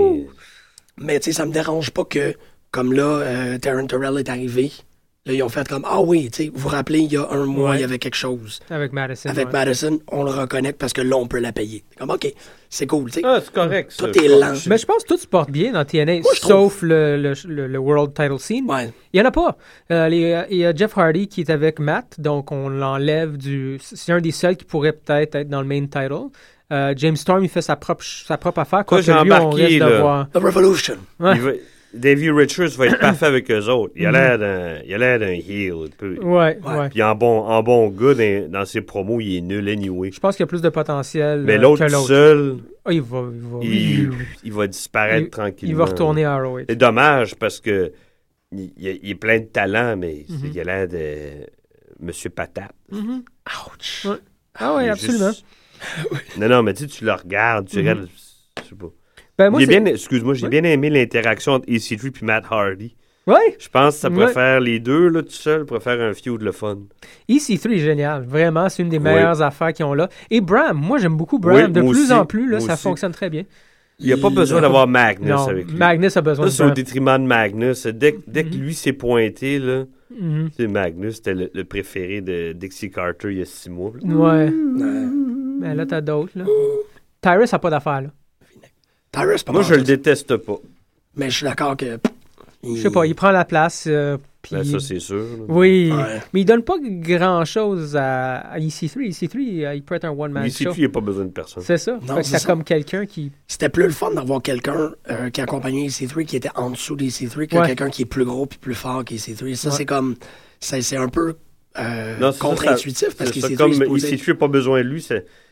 Mais tu sais, ça me dérange pas que, comme là, euh, Taryn Terrell est arrivé. Là, ils ont fait comme, ah oui, tu sais, vous vous rappelez, il y a un mois, ouais. il y avait quelque chose. Avec Madison. Avec ouais. Madison, on le reconnecte parce que là, on peut la payer. Comme, OK, c'est cool, tu sais. Ah, c'est correct, tout ça. Tout est lent. Mais je pense que tout se porte bien dans T N A, moi, sauf le, le, le, le World Title Scene. Ouais. Il n'y en a pas. Euh, les, il y a Jeff Hardy qui est avec Matt, donc on l'enlève du... C'est un des seuls qui pourrait peut-être être dans le main title. Euh, James Storm, il fait sa propre, sa propre affaire. Quoi, j'ai lui, on risque de voir... The Revolution. Ouais. Il va... Davey Richards va être parfait avec eux autres. Il a l'air d'un, il a l'air d'un heel. Peu. Ouais, ouais. Puis en bon, en bon gars, dans, dans ses promos, il est nul anyway. Je pense qu'il y a plus de potentiel. Mais euh, l'autre, que l'autre seul, oh, il, va, il, va, il, il va disparaître il, tranquillement. Il va retourner à R O H. C'est dommage parce que il, il est plein de talent, mais mm-hmm. il a l'air de Monsieur Patate. Mm-hmm. Ouch. Ouais. Ah oui, absolument. Juste... non, non, mais tu sais, tu le regardes, tu mm-hmm. regardes, je sais pas. Ben moi, j'ai bien, excuse-moi, j'ai oui. bien aimé l'interaction entre E C trois et Matt Hardy. Oui. Je pense que ça pourrait ouais. faire les deux, là, tout seul, pourrait faire un feud le fun. E C trois est génial. Vraiment, c'est une des meilleures oui. affaires qu'ils ont là. Et Bram, moi, j'aime beaucoup Bram. Oui, de plus aussi, en plus, là, ça aussi. fonctionne très bien. Il n'y a pas besoin d'avoir Magnus non, avec lui. Magnus a besoin là, de c'est au détriment de Magnus. Dès, dès mm-hmm. que lui s'est pointé, là, mm-hmm. c'est Magnus, c'était le, le préféré de Dixie Carter il y a six mois. Là. Ouais. ouais. Mais là, t'as d'autres, là. Tyrus n'a pas d'affaires, là. Tyrus, pas Moi, je le déteste pas. Mais je suis d'accord que... Il... Je sais pas, il prend la place. Euh, pis... ben, ça, c'est sûr. Là. Oui, ouais. mais il donne pas grand-chose à, à E C trois. E C trois, il peut être un one-man show. E C trois, il n'y a pas besoin de personne. C'est ça. Non, fait c'est que ça. comme quelqu'un qui... C'était plus le fun d'avoir quelqu'un euh, qui accompagnait E C trois qui était en dessous d'E C trois que ouais. quelqu'un qui est plus gros puis plus fort qu'E C trois. Ça, ouais. c'est comme... C'est, c'est un peu euh, non, contre-intuitif ça, parce c'est qu'E ça, C trois... Comme supposé... E C trois n'a pas besoin de lui, c'est...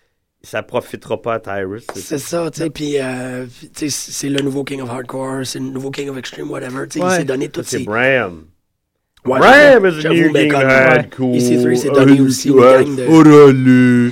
ça profitera pas à Tyrus. C'est, c'est ça, tu sais, puis euh, c'est le nouveau King of Hardcore, c'est le nouveau King of Extreme, whatever, tu sais, ouais. il s'est donné toutes ces... C'est Bram. Ouais, Bram is a new King of Hardcore. E C trois s'est donné aussi une gang de... Orale!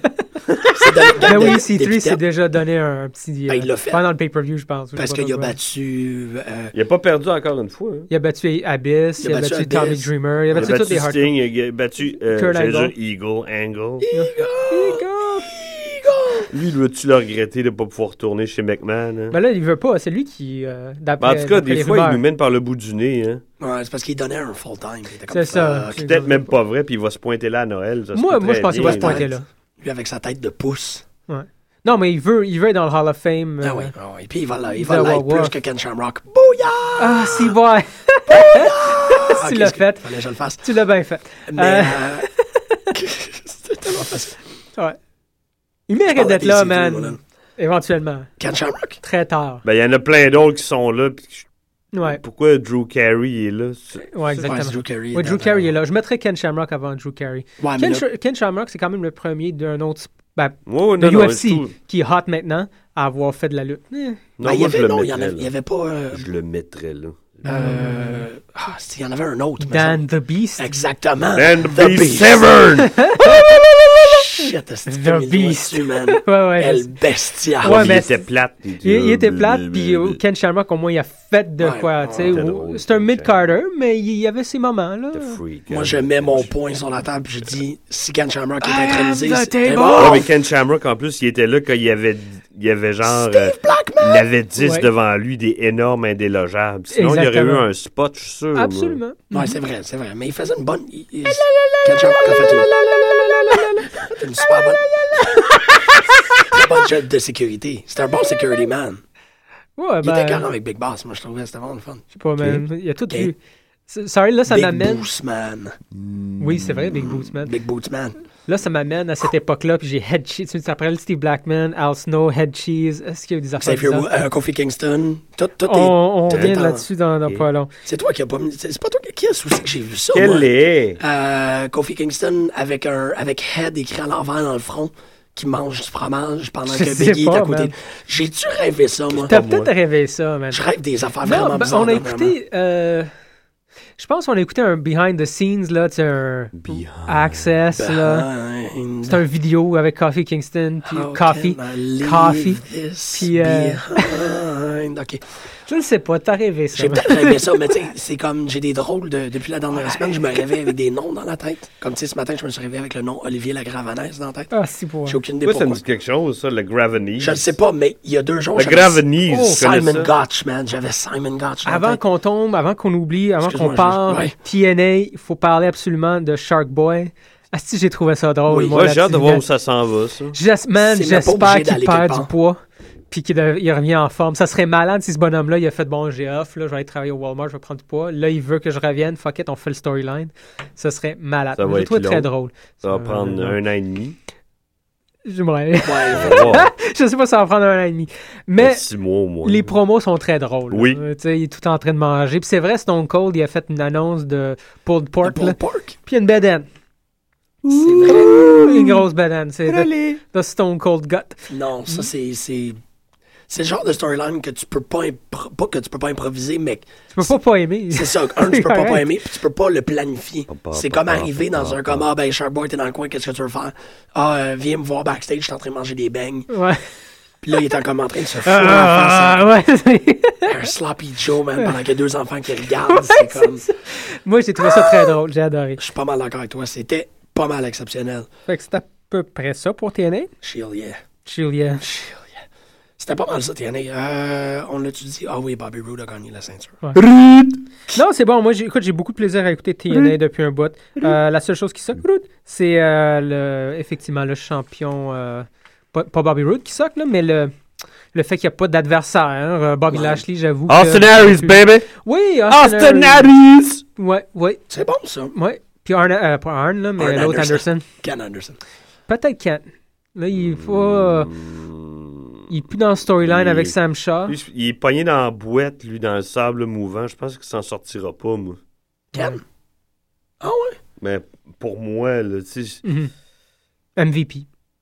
Ben oui, E C trois s'est déjà donné un petit... Ben, il l'a fait. Pendant le pay-per-view, je pense. Parce qu'il a battu... Euh... Il a pas perdu encore une fois. Hein. Il a battu Abyss, il a, il a battu, battu Tommy Dreamer, il a battu, il a battu tous les hardcore. Sting, il a battu euh, Eagle. Eagle, Angle. Eagle! Lui, dois-tu le regretter de ne pas pouvoir retourner chez McMahon? Hein? Ben là, il veut pas. C'est lui qui, euh, d'après, ben en tout cas, des fois, rumeurs. Il nous mène par le bout du nez. Hein? Ouais, c'est parce qu'il donnait un full-time. C'est ça. C'est peut-être même pas vrai, puis il va se pointer là à Noël. Ça moi, moi je pense qu'il va se pointer là. Lui, avec sa tête de pouce. Ouais. Non, mais il veut, il veut être dans le Hall of Fame. Ah euh, oui, ah oui. Puis il va l'être plus que Ken Shamrock. Bouya! Ah, si, ouais. Tu l'as fait. Fallait que je le fasse. Tu l'as bien fait. Mais... Euh... C'était tellement facile. Ouais. Il mérite d'être là, man. Tout, éventuellement. Ken Shamrock? Très tard. Ben, il y en a plein d'autres qui sont là. Ouais. Pourquoi Drew Carey est là? Ouais, exactement. Ouais, Drew Carey, ouais, Drew Carey est là. Je mettrais Ken Shamrock avant Drew Carey. Ouais, Ken, là... Sh- Ken Shamrock, c'est quand même le premier d'un autre... Ben, oh, de non, U F C non, qui est hot maintenant à avoir fait de la lutte. Eh. Non, ben, il y avait, non, il y, avait, il y avait pas... Euh... Je le mettrais là. Euh... Ah, il y en avait un autre. Dan the Beast. Exactement. Dan the, the Beast Severn. Shit, The Beast. Dessus, man. Ouais, ouais. El Bestia. Ouais, mais il était plate. Il, il était plate, puis Ken Shamrock, au moins, il a fait de ouais, quoi, ouais, tu sais. Ouais, c'est un mid-carder, mais il y avait ses moments, là. Freak, moi, je mets mon point sur la table, puis je dis, si Ken Shamrock est intronisé, c'est bon. Ouais, mais Ken Shamrock, en plus, il était là quand il y avait, il y avait genre... Steve Blackman! Il avait dix ouais. devant lui, des énormes indélogeables. Sinon, exactement. il y aurait eu un spot, je suis sûr. Absolument. Moi. Ouais, c'est vrai, c'est vrai. Mais il faisait une bonne... Il, il... Ken Shamrock a fait une... une super bonne... Très bonne job de sécurité. C'était un bon security man. Ouais, il ben... était carré avec Big Boss. Moi, je trouvais que c'était vraiment le fun. Je sais pas, man. Okay. Il a tout okay. vu. Sorry, là, ça Big m'amène... Big Boots Man. Oui, c'est vrai, Big Boots Man. Big Boots Man. Là, ça m'amène à cette époque-là, puis j'ai Head Cheese. Tu t'appelles Steve Blackman, Al Snow, Head Cheese. Est-ce qu'il y a eu des affaires Xavier comme ça? Uh, Kofi Kingston. Tout, tout on est, on tout revient est en... là-dessus dans, dans okay. pas long. C'est toi qui as pas mis... C'est pas toi qui a souci que j'ai vu ça, Quel moi. est? Euh, Kofi Kingston avec, un, avec Head écrit à l'envers dans le front, qui mange du fromage pendant je que Biggie pas, est à côté. Man. J'ai-tu rêvé ça, moi? T'as peut-être rêvé ça, man. Je rêve des affaires non, vraiment ben, bizarres. On a écouté... Euh... Je pense qu'on a écouté un behind the scenes, là, tu sais, un Behind. Access, Behind. là. C'est un vidéo avec Kofi Kingston, puis Coffee, Coffee, puis... Euh... OK. Je ne sais pas, t'as rêvé ça. J'ai peut-être rêvé ça, mais tu sais, c'est comme, j'ai des drôles de, depuis la dernière semaine, je me réveille avec des noms dans la tête. Comme tu sais, ce matin, je me suis réveillé avec le nom Olivier Lagravanaise dans la tête. Ah, si, pour J'ai aucune idée Moi, pourquoi. ça me dit quelque chose, ça, le Gravenese. Je ne sais pas, mais il y a deux jours... Le Gravenese, oh, Simon Gotch, man. J'avais Simon Gotch dans Avant qu'on tombe, avant qu'on oublie, avant qu'on parle, ouais. T N A, il faut parler absolument de Shark Boy. Ah, si, j'ai trouvé ça drôle. Oui. Moi, ouais, j'ai hâte de voir où ça s'en va, ça. J'es- man, j'espère qu'il perd du part. poids puis qu'il de- il revient en forme. Ça serait malade si ce bonhomme-là, il a fait bon, j'ai off, là, je vais aller travailler au Walmart, je vais prendre du poids. Là, il veut que je revienne. Fuck it, on fait le storyline. Ça serait malade. Ça va je être trouve très long. drôle. Ça va prendre un an et demi. J'aimerais. Ouais, je sais pas si ça va prendre un an et demi. Mais six mois au moins. les promos sont très drôles. Oui. Euh, tu sais, il est tout en train de manger. Puis c'est vrai, Stone Cold, il a fait une annonce de pulled pork. pulled là. pork. Puis il y a une bedaine. C'est vrai. Une grosse bedaine. C'est de, de Stone Cold Gut. Non, ça, c'est... c'est... C'est le genre de storyline que tu peux pas, impro- pas que tu peux pas improviser, mais... Tu peux pas pas aimer. C'est ça. Un, tu peux pas pas aimer, puis tu peux pas le planifier. Papa, c'est papa, comme arriver papa, dans un papa. comme, ah ben, Shark Boy, t'es dans le coin, qu'est-ce que tu veux faire? Ah, euh, viens me voir backstage, je suis en train de manger des beignes. Ouais. Puis là, il est comme en train de se foutre Ah, en face. ouais. Un sloppy Joe, man, pendant qu'il y a deux enfants qui regardent. C'est comme... Moi, j'ai trouvé ça très drôle. J'ai adoré. Je suis pas mal d'accord avec toi. C'était pas mal exceptionnel. Fait que c'est à peu près ça pour T N A. Chill, yeah. Chill, yeah. Chill, yeah. C'était pas mal ça, T N A. Euh, on l'a-tu dit? Ah oui, Bobby Roode a gagné la ceinture. Ouais. Non, c'est bon. Moi, j'ai, écoute, j'ai beaucoup de plaisir à écouter T N A depuis un bout. Euh, la seule chose qui soque, c'est euh, le, effectivement le champion, euh, pas, pas Bobby Roode qui soque, là, mais le, le fait qu'il n'y a pas d'adversaire. Hein. Bobby Ouais. Lashley, j'avoue. Austin que, Harris, baby! Oui, Austin, Austin Harris! Ouais, ouais, C'est bon, ça. ouais. Puis Arn, euh, pas Arn, là, mais Arn l'autre Anderson. Anderson. Ken Anderson. Peut-être Ken. Là, il est pas... euh, il est plus dans le storyline Il- avec Sam Shaw. Lui, il est pogné dans la boîte, lui, dans le sable mouvant. Je pense qu'il s'en sortira pas, moi. Ken? Ah ouais? Mais pour moi, là, tu sais... Mhm. M V P.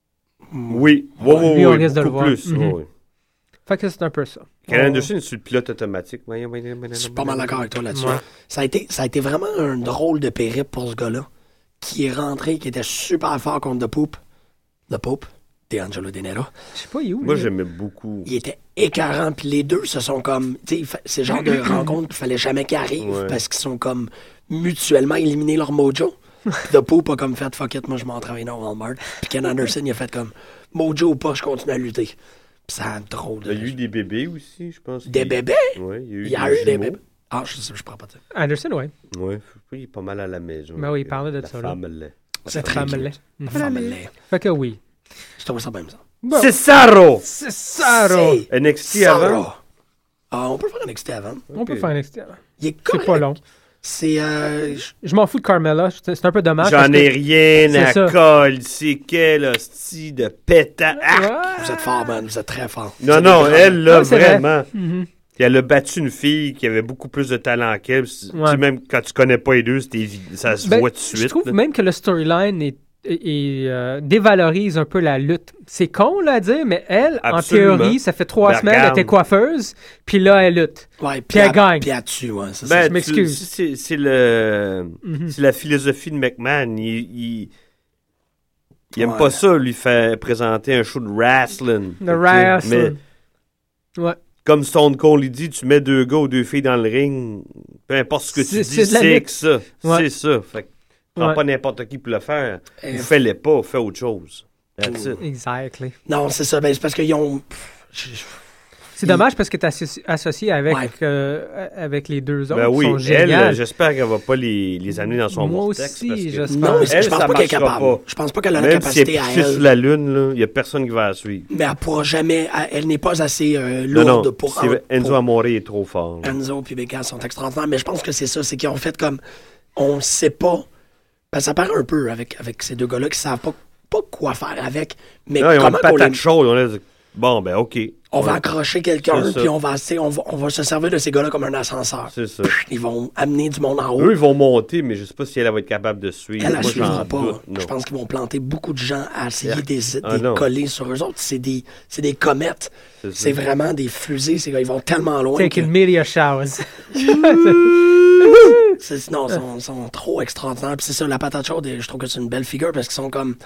Oui, oui, Ouais, oui, lui, on oui, risque de le beaucoup voir. plus. Mhm. oui. Fait que c'est un peu ça. Ken On- Anderson est sur le pilote automatique. Je suis pas mal d'accord avec toi là-dessus. Ouais. Ça, a été, ça a été vraiment un drôle de périple pour ce gars-là, qui est rentré, qui était super fort contre The Pope. The Pope, D'Angelo Dinero. Je sais pas, il est où? Moi, lui? j'aimais beaucoup. Il était écœurant, puis les deux se sont comme... Tu sais, il fa- c'est le genre de rencontre qu'il fallait jamais qu'ils arrivent, Ouais. parce qu'ils sont comme mutuellement éliminés leur mojo. Puis The Pope a comme fait « Fuck it, moi je m'en travaille dans Walmart ». Puis Ken Anderson, il a fait comme « Mojo ou pas, je continue à lutter ». Puis ça a trop de... Il y a eu des bébés aussi, je pense. Des qu'il- bébés? Ouais, il y a eu Il y a des eu des jumeaux. bébés. Ah, je sais, je prends pas de ça. Anderson, ouais. Ouais, il est pas mal à la maison. Ben oui, il parlait de La ça, là. femme l'est. C'est Très très malais. cute. La femme, elle l'est. Fait que oui. Je trouve ça bien ça. Bon. Cesaro! Cesaro! C'est N X T Sarah. avant? Ah, on peut faire un N X T avant. On peut faire un N X T avant. Il est C'est correct. pas long. C'est... Euh, je- Je m'en fous de Carmella. C'est c'est un peu dommage. parce J'en que- ai rien C'est à ça. colle. C'est quel hostie de pétant. Ah! vous êtes fort, man. Vous êtes très fort. Non, Vous non, êtes des elle, là, Ouais, c'est vrai. vraiment. Mhm. Puis elle a battu une fille qui avait beaucoup plus de talent qu'elle. Tu sais, Ouais. même quand tu connais pas les deux, c'est évi- ça se Ben, voit tout de suite. Je trouve là. même que le storyline est, est- est, euh, dévalorise un peu la lutte. C'est con là, à dire, mais elle, Absolument. en théorie, ça fait trois Ben, semaines, elle regarde. était coiffeuse, puis là, elle lutte. Ouais, Puis elle gagne. Puis elle tue, ouais. C'est Ben, ça. je m'excuse. tu- C'est c'est le, Mhm. c'est la philosophie de McMahon. Il, il, il aime Ouais. pas ça, lui, faire présenter un show de wrestling. Le Fait que, wrestling. Mais Ouais. comme Stone Cold il dit, tu mets deux gars ou deux filles dans le ring, peu importe ce que tu C'est- dis, c'est de la c'est lutte. que ça. Ouais. C'est ça. Fait que prends Ouais. pas n'importe qui pour le faire. Euh, Ou fais-les pas, fais autre chose. That's it. Exactly. Non, c'est ça. Ben, c'est parce qu'ils ont... pff, je- C'est dommage parce que tu es associé avec, Ouais. euh, avec les deux autres Ben qui oui, sont elle, géniales. j'espère qu'elle va pas les, les amener dans son Moi vortex. aussi, parce que j'espère. Non, mais elle, je pense ça pas qu'elle est marchera capable. pas. Je pense pas qu'elle a la Même si elle capacité est à pitchée elle. sur la lune, il n'y a personne qui va la suivre. Mais elle pourra jamais... Elle, elle n'est pas assez euh, Non, lourde non, pour... c'est- Enzo pour- Amore est trop fort. là. Enzo puis Becca sont extraordinaires, mais je pense que c'est ça, c'est qu'ils ont fait comme... On sait pas... Ben, ça paraît un peu avec, avec ces deux gars-là qui savent pas, pas quoi faire avec, mais Non, ils ont comment une qu'on patate les- chaude. On a dit, bon, ben, OK. On va Ouais. accrocher quelqu'un, C'est ça. puis on va, tu sais, on, va, on va se servir de ces gars-là comme un ascenseur. C'est ça. Ils vont amener du monde en haut. Eux, ils vont monter, mais je sais pas si elle va être capable de suivre. Elle ne Moi, suivra j'en pas. doute, non. Je pense qu'ils vont planter beaucoup de gens à essayer Ah. de les Ah, non. coller sur eux autres. C'est des, c'est des comètes. C'est ça. C'est vraiment des fusées. Ces gars, ils vont tellement loin. Que... Taking media showers. c'est, non, ils sont, sont trop extraordinaires. Puis c'est ça, la patate chaude, je trouve que c'est une belle figure parce qu'ils sont comme...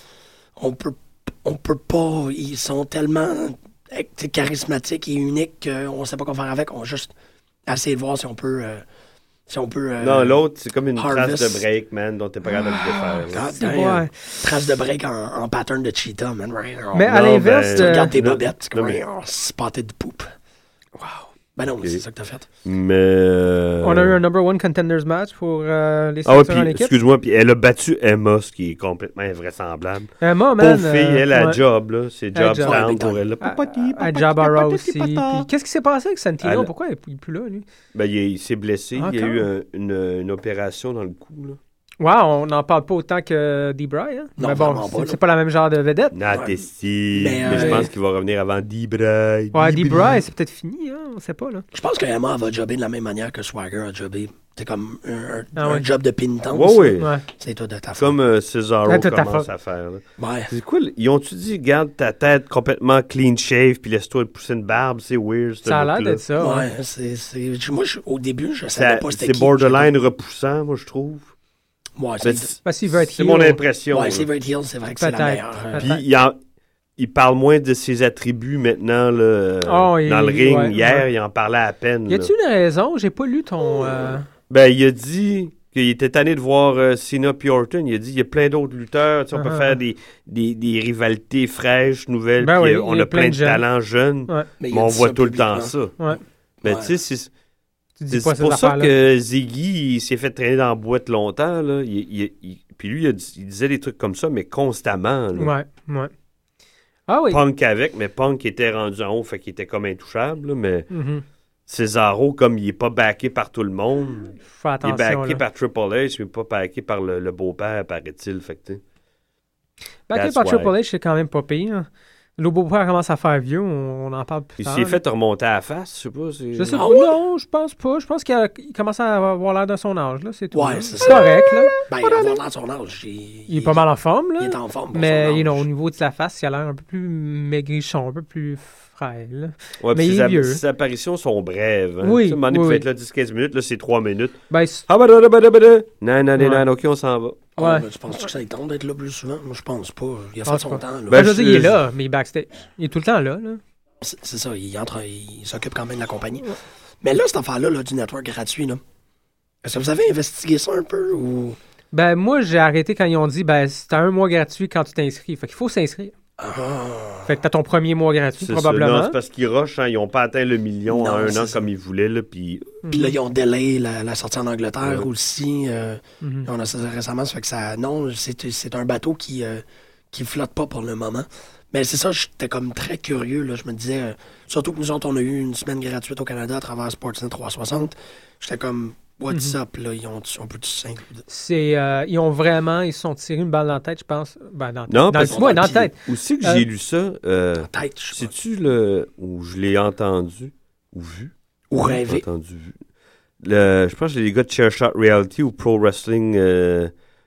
On peut, on peut pas... Ils sont tellement eh, tu sais, charismatiques et uniques qu'on sait pas quoi faire avec. On va juste essayer de voir si on peut... euh, si on peut... euh, Non, l'autre, c'est comme une Harvest. trace de break, man, dont t'es pas capable de le défaire. là. God C'est damn. ouais. Trace de break en, en pattern de cheetah, man. Mais à Non, l'inverse, ben, Tu euh, regardes tes non, bobettes, c'est comme non, mais- un spotted de poupe. Wow. Ben non, mais c'est ça que t'as fait. Mais. euh, on a eu un number one contenders match pour euh, les Ah ouais, ceintures en puis, équipe. excuse-moi, puis elle a battu Emma, ce qui est complètement invraisemblable. Emma, man, Pauvre fille, euh, elle a ouais. job, là. C'est Elle job job. down Ouais, pour elle. là. À, Papati, à papati, Jabara papati, aussi. papati. Puis qu'est-ce qui s'est passé avec Santino? Elle- Pourquoi il n'est plus là, lui? Ben, il, il s'est blessé. Il y a Encore? eu un- une, une opération dans le cou, là. Wow, on n'en parle pas autant que D-Bry. Hein? Non, Mais bon, vraiment pas, c'est, là. c'est pas la même genre de vedette. Natesti. Mais, Mais, je euh, pense qu'il va revenir avant D-Bray. Ouais, D-Bry, c'est peut-être fini, hein? On sait pas, là. Je pense que Emma va jobber de la même manière que Swagger a jobbé. C'est comme un, un- Ah un ouais. job de pénitence. Ouais, ouais. Ouais. C'est toi de ta faute. Comme euh, Cesaro Ouais, tout à commence fait. à faire, là. Ouais. C'est quoi? Ils ont-tu dit, garde ta tête complètement clean shave, puis laisse-toi pousser une barbe? C'est weird, ce Ça a l'air look-là. d'être ça. Ouais. Ouais, c'est, c'est... je- Moi, je- au début, je Ça- savais pas c'était C'est qui. borderline repoussant, moi, je trouve. Ouais, Mais c'est... c'est Parce qu'il veut être c'est heel. mon impression. Ouais, là. c'est Red Hill, c'est vrai que c'est la Peut-être. meilleure. euh, Puis il, en- il parle moins de ses attributs maintenant là, Oh, dans il- le ring. ouais, Hier, ouais. il en parlait à peine. Y là. a-tu une raison? J'ai pas lu ton. euh, Ben, il a dit qu'il était tanné de voir euh, Cena puis Orton. Il a dit il y a plein d'autres lutteurs. Tu sais, on peut Uh-huh. faire des, des, des rivalités fraîches, nouvelles. Ben puis, oui, euh, on il y a a plein plein de de jeunes. talents jeunes. Ouais. mais il Mais a on dit voit ça tout le temps publiquement. ça. Ouais. Mais Ouais. tu sais, c'est Tu dis c'est pas ces pour ça affaires-là. que Ziggy il s'est fait traîner dans la boîte longtemps. Là. Il, il- il- puis lui, il, a dit- il disait des trucs comme ça, mais constamment. là. Ouais, ouais. Ah oui. Punk avec, mais Punk était rendu en haut, fait qu'il était comme intouchable. là, mais Mhm. Cesaro, comme il est pas backé par tout le monde, Fais il est attention. backé là. par Triple H, mais pas backé par le, le beau-père, paraît-il. Fait que, tu sais. Backé That's par why. Triple H, c'est quand même pas pire. hein. Le beau-père commence à faire vieux, on, on en parle plus Il tard. s'est fait remonter à la face, je sais pas. C'est... Je sais ah, pas. ouais? Non, je pense pas. Je pense qu'il a, il commence à avoir l'air de son âge, là, c'est tout. Ouais, là. c'est, c'est ça. correct, là. Ben, il a avoir l'air de son âge. Il, il est pas mal en forme, là. Il est en forme pour mais, son âge. you know, au niveau de sa face, il a l'air un peu plus maigrichon, un peu plus frêle. Ouais, mais il ses, est ab- vieux. ses apparitions sont brèves. Hein. Oui, Tu sais, à un moment donné, oui, il peut oui. être là dix à quinze minutes, là, c'est trois minutes. Ben, c'est... Ah, bah, bah, bah, bah, bah, non, non, non, Ouais. non, ok, on s'en va. Ah, Ouais. ben, tu penses que ça lui tente d'être là plus souvent? Moi, je pense pas. Il a pense fait son pas. temps. Là. Ben, Ben, je veux dire, je- il est là, mais il est backstage. Il est tout le temps là, là. C'est, c'est ça, il, entre, il s'occupe quand même de la compagnie. Mais là, cette affaire-là, là, du network gratuit, là, est-ce que vous avez investigué ça un peu ou... Ben, moi, j'ai arrêté quand ils ont dit, ben, c'est un mois gratuit quand tu t'inscris. Fait qu'il faut s'inscrire. Ah. Fait que t'as ton premier mois gratuit, C'est probablement. Ça. Non, c'est parce qu'ils rushent, hein, ils n'ont pas atteint le million Non, en un c'est an ça. comme ils voulaient, là, puis... Puis là, ils ont délai la, la sortie en Angleterre Ouais. aussi. Euh, Mhm. On a ça récemment, ça fait que ça... Non, c'est, c'est un bateau qui, euh, qui flotte pas pour le moment. Mais c'est ça, j'étais comme très curieux, là. Je me disais... euh, surtout que nous autres, on a eu une semaine gratuite au Canada à travers Sportsnet trois cent soixante. J'étais comme... What's Mhm. up, là? Ils ont, on peut-tu s'inclure? C'est, euh, ils ont vraiment, ils se sont tirés une balle dans la tête, je pense. Ben, dans, Non, dans, parce le, que- ouais, dans la tête. Aussi que Euh, j'ai lu ça, euh, Tête, je sais pas. sais-tu le... où je l'ai entendu, ou vu? Ou rêvé. Entendu, vu. Le, je pense que c'est les gars de Chairshot Reality ou Pro Wrestling euh,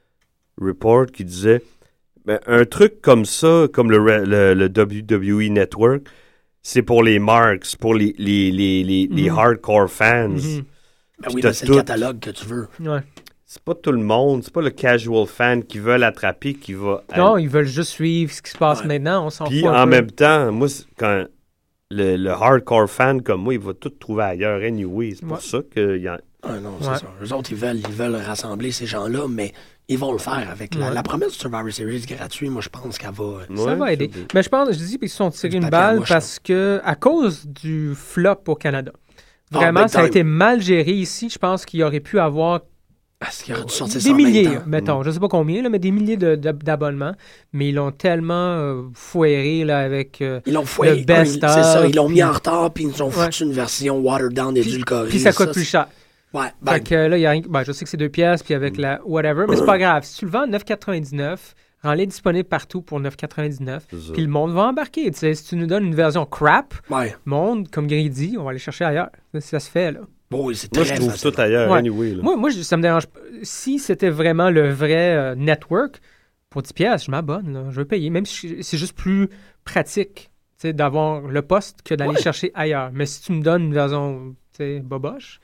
Report qui disaient ben, un truc comme ça, comme le, re- le, le W W E Network, c'est pour les marks, pour les, les, les, les, les Mhm. hardcore fans. Mhm. Ben Puis oui, t'as ben c'est tout. le catalogue que tu veux. Ouais. C'est pas tout le monde, c'est pas le casual fan qui veut l'attraper qui va... Non, ils veulent juste suivre ce qui se passe Ouais. maintenant. On s'en Puis fout. un en peu. même temps, moi, c'est- quand le, le hardcore fan comme moi, il va tout trouver ailleurs anyway. C'est pour Ouais. ça qu'il y a... Ah non, c'est Ouais. ça. Eux autres, ils veulent, ils veulent rassembler ces gens-là, mais ils vont le faire avec la, Ouais. la promesse du Survivor Series gratuit. Moi, je pense qu'elle va... euh, Ça Ouais, va aider. c'est- Mais je pense, je dis, ils se sont tirés Du une papier à balle mouche, parce que, à cause du flop au Canada, Ah, vraiment, big ça a time. été mal géré ici. Je pense qu'il aurait pu avoir Est-ce qu'il aurait dû sortir ça des en même milliers, temps? mettons, je sais pas combien, là, mais des milliers de- de- d'abonnements. Mais ils l'ont tellement euh, foiré là, avec euh, Ils l'ont fouillé. le best C'est ça, of, ils l'ont puis- mis en retard, puis ils nous ont Ouais. foutu une version watered down, édulcorée. puis ça coûte plus c'est- cher. Ouais, ben, Fait que euh, là, il y a rien. Ben, je sais que c'est deux pièces, puis avec la whatever, mais c'est pas grave. Si tu le vends à neuf quatre-vingt-dix-neuf, rends-les disponibles partout pour neuf quatre-vingt-dix-neuf, C'est ça. puis le monde va embarquer. Tu sais, si tu nous donnes une version crap, ouais. monde, comme Gary dit, on va aller chercher ailleurs. Ça, ça se fait, là. Bon, oui, c'est Moi, très je trouve facile. tout ailleurs Ouais. anyway. Là. Moi, moi, je- ça me dérange pas. Si c'était vraiment le vrai euh, network, pour dix pièces, je m'abonne, là. Je veux payer. Même si je- c'est juste plus pratique, tu sais, d'avoir le poste que d'aller Ouais. chercher ailleurs. Mais si tu me donnes une version, tu sais, boboche,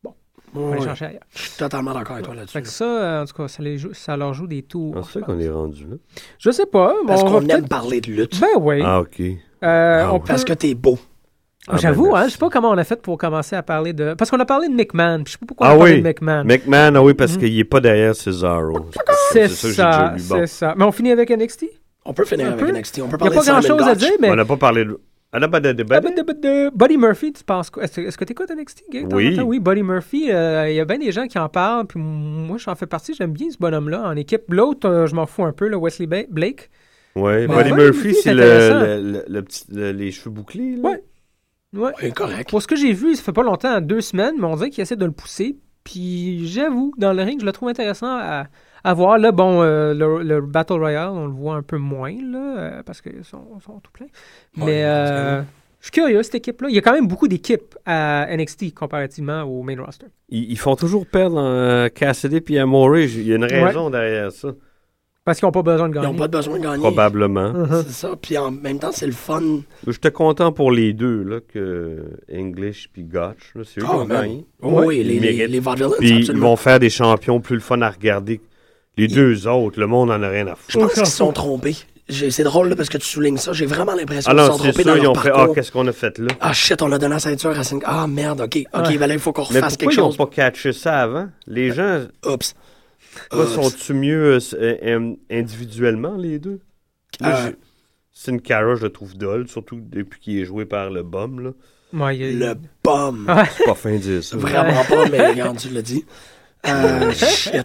on va aller Ouais. chercher ailleurs. Je suis totalement d'accord avec toi là-dessus. Fait que ça, euh, en tout cas, ça, les joue- ça leur joue des tours. Ah, c'est ça qu'on est rendu là. Je sais pas. mais Parce on va qu'on aime peut-être- parler de lutte. Ben oui. Ah, OK. Euh, Ah, on ouais. peut- Parce que t'es beau. Ah, J'avoue, ben, hein, merci. je sais pas comment on a fait pour commencer à parler de... Parce qu'on a parlé de McMahon, puis je sais pas pourquoi on Ah a parlé oui, de McMahon. McMahon, ah oui, parce Mhm. qu'il n'est pas derrière Cesaro. C'est ça que j'ai ça, déjà lu. Bon. c'est ça. Mais on finit avec N X T? On peut finir Un avec peu. N X T. On peut Il n'y parler a pas de Simon grand-chose à Gotch. dire, mais... On n'a pas parlé de... Ah, là, bah, de, de, Ah, ben, de- de- Buddy Murphy, tu penses quoi? Est-ce, est-ce que tu écoutes N X T, Gabe, de temps Oui. en temps? Oui, Buddy Murphy, euh, il y a bien des gens qui en parlent, puis moi, j'en fais partie, j'aime bien ce bonhomme-là en équipe. L'autre, euh, je m'en fous un peu, le Wesley Ba- Blake. Ouais, Ben, Buddy ouais, Murphy, Murphy, c'est c'est le, intéressant. le, le, le petit, le- les cheveux bouclés. Là. Ouais. Ouais. Oui, correct. Pour ce que j'ai vu, ça fait pas longtemps, deux semaines, mais on dirait qu'il essaie de le pousser. Puis j'avoue, dans le ring, je le trouve intéressant à, à voir. Là, bon, euh, le, le Battle Royale, on le voit un peu moins, là, euh, parce qu'ils sont, sont tout pleins. Ouais, Mais parce que euh, je suis curieux, cette équipe-là. Il y a quand même beaucoup d'équipes à N X T comparativement au main roster. Ils, ils font toujours perdre en Cassidy puis à Maury. Il y a une raison derrière ça. Parce qu'ils n'ont pas besoin de Ils gagner. n'ont pas besoin de gagner. Probablement. Uh-huh. C'est ça. Puis en même temps, c'est le fun. J'étais content pour les deux, là, que English puis Gotch. Là, c'est eux qui Oh, ont man. gagné. Oh, oui, Ils les, les, méritent. les Vaudevillains, Puis ils absolument. vont faire des champions plus le fun à regarder. Les deux autres, le monde en a rien à Je foutre. pense qu'ils se sont trompés. J'ai- C'est drôle là, parce que tu soulignes ça. J'ai vraiment l'impression Ah qu'ils se non, sont c'est trompés sûr, dans ils leur ont fait « Ah, parcours. qu'est-ce qu'on a fait là? » Ah shit, on a donné la ceinture à cinq. Ah merde, ok. Ok, Ouais. ben là, il faut qu'on Mais refasse pourquoi quelque ils n'ont chose. pas catché ça avant? Les gens, Oups. toi, Oups. sont-tu mieux euh, euh, individuellement, les deux? Moi, Euh, j'ai- Sin Cara, je le trouve dole, surtout depuis qu'il est joué par le bum, là. Ouais, il y a- Le bum. Ouais. C'est pas fin de dire ça. Vraiment pas, mais regarde, tu l'as dit. Euh, shit.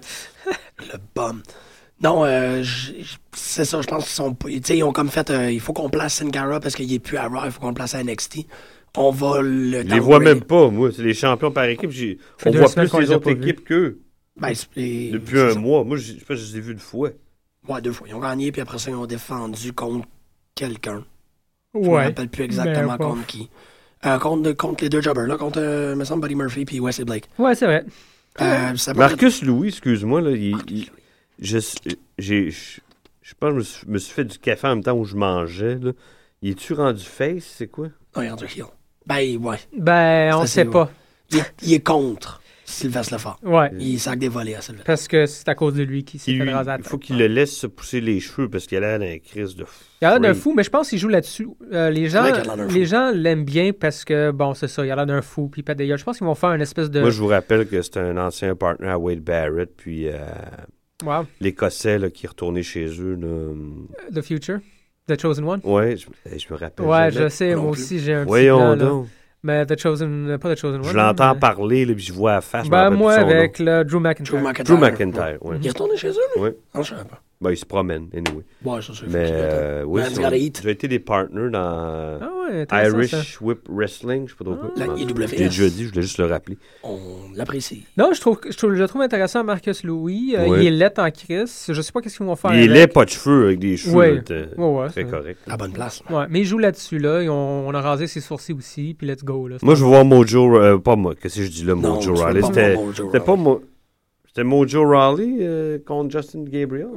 Le bum. Non, euh, j- j- c'est ça, je pense qu'ils sont pas. Tu sais, ils ont comme fait. euh, il faut qu'on place Sin Cara parce qu'il est plus à Raw, il faut qu'on le place à N X T. On va le. Je les vois même pas, moi. C'est les champions par équipe. J'ai- fait On deux voit semaines plus qu'on les les a autres pas vus. équipes qu'eux. Ben, c'est- et- Depuis c'est un ça. mois. Moi, je je sais pas, je les ai vus une fois. Ouais, deux fois. Ils ont gagné, puis après ça, ils ont défendu contre quelqu'un. Je ouais. me rappelle plus exactement Ben, contre bon. qui. Euh, contre, contre les deux jobbers, là, contre, euh, me semble, Buddy Murphy puis Wesley Blake. Ouais, c'est vrai. Euh, ça Marcus Louis, excuse-moi, là, il, il- je, j'ai, je, je pense que je me suis, me suis fait du café en même temps où je mangeais. Là. Il est-tu rendu face, c'est quoi? Non, il est rendu heel. Ben, ouais. Ben, on Ça, sait c'est- pas. Il est, il est contre Sylvestre Lefort. Ouais. Il sac des volets à Sylvestre. Parce que c'est à cause de lui qui s'est Il, fait raser la il tête. faut qu'il le laisse se pousser les cheveux parce qu'il a l'air d'un crise de fou. Il a l'air d'un fou, mais je pense qu'il joue là-dessus. Euh, les gens, vrai qu'il a l'air d'un fou. les gens l'aiment bien parce que, bon, c'est ça, il a l'air d'un fou, puis il pète des gueules. Je pense qu'ils vont faire une espèce de... Moi, je vous rappelle que c'est un ancien partner à Wade Barrett, puis euh, Wow. l'Écossais là, qui est retourné chez eux. Là. The Future, The Chosen One. Ouais, je, je me rappelle. Ouais, jamais. je sais, moi aussi, j'ai un petit Voyons plan, là. donc. Mais The Chosen, pas The Chosen One. Je l'entends mais... parler, là, puis je vois la face. je me Ben, rappelle moi, plus son avec nom. là, Drew McIntyre. Drew McIntyre. Drew McIntyre, oui. Il est retourné chez eux, lui? Oui. Non, je savais pas. Ben, il se promène, anyway. Ouais, ça, c'est Mais, euh, oui, Man's c'est- gotta eat. j'ai été des partners dans Ah ouais, intéressant, Irish ça. Whip Wrestling, je sais pas trop quoi. La comment- I W S. J'ai déjà dit, je voulais juste le rappeler. On l'apprécie. Non, je trouve, je trouve, je le trouve intéressant, Marcus Louis. Euh, Ouais. Il est laid en crise. Je sais pas qu'est-ce qu'ils vont faire Il est avec. laid, pas de cheveux, avec des cheveux. Ouais. là, t'es- Ouais, ouais, très c'est- correct. À bonne place. Ouais, mais il joue là-dessus, là. Et on, on a rasé ses sourcils aussi, puis let's go, là. Moi, je veux voir Mojo, euh, pas moi, qu'est-ce que je dis là, Non, Mojo tu veux Rawley. pas C'était voir Mojo c'était pas Rawley. Mo- C'était Mojo Rawley euh, contre Justin Gabriel?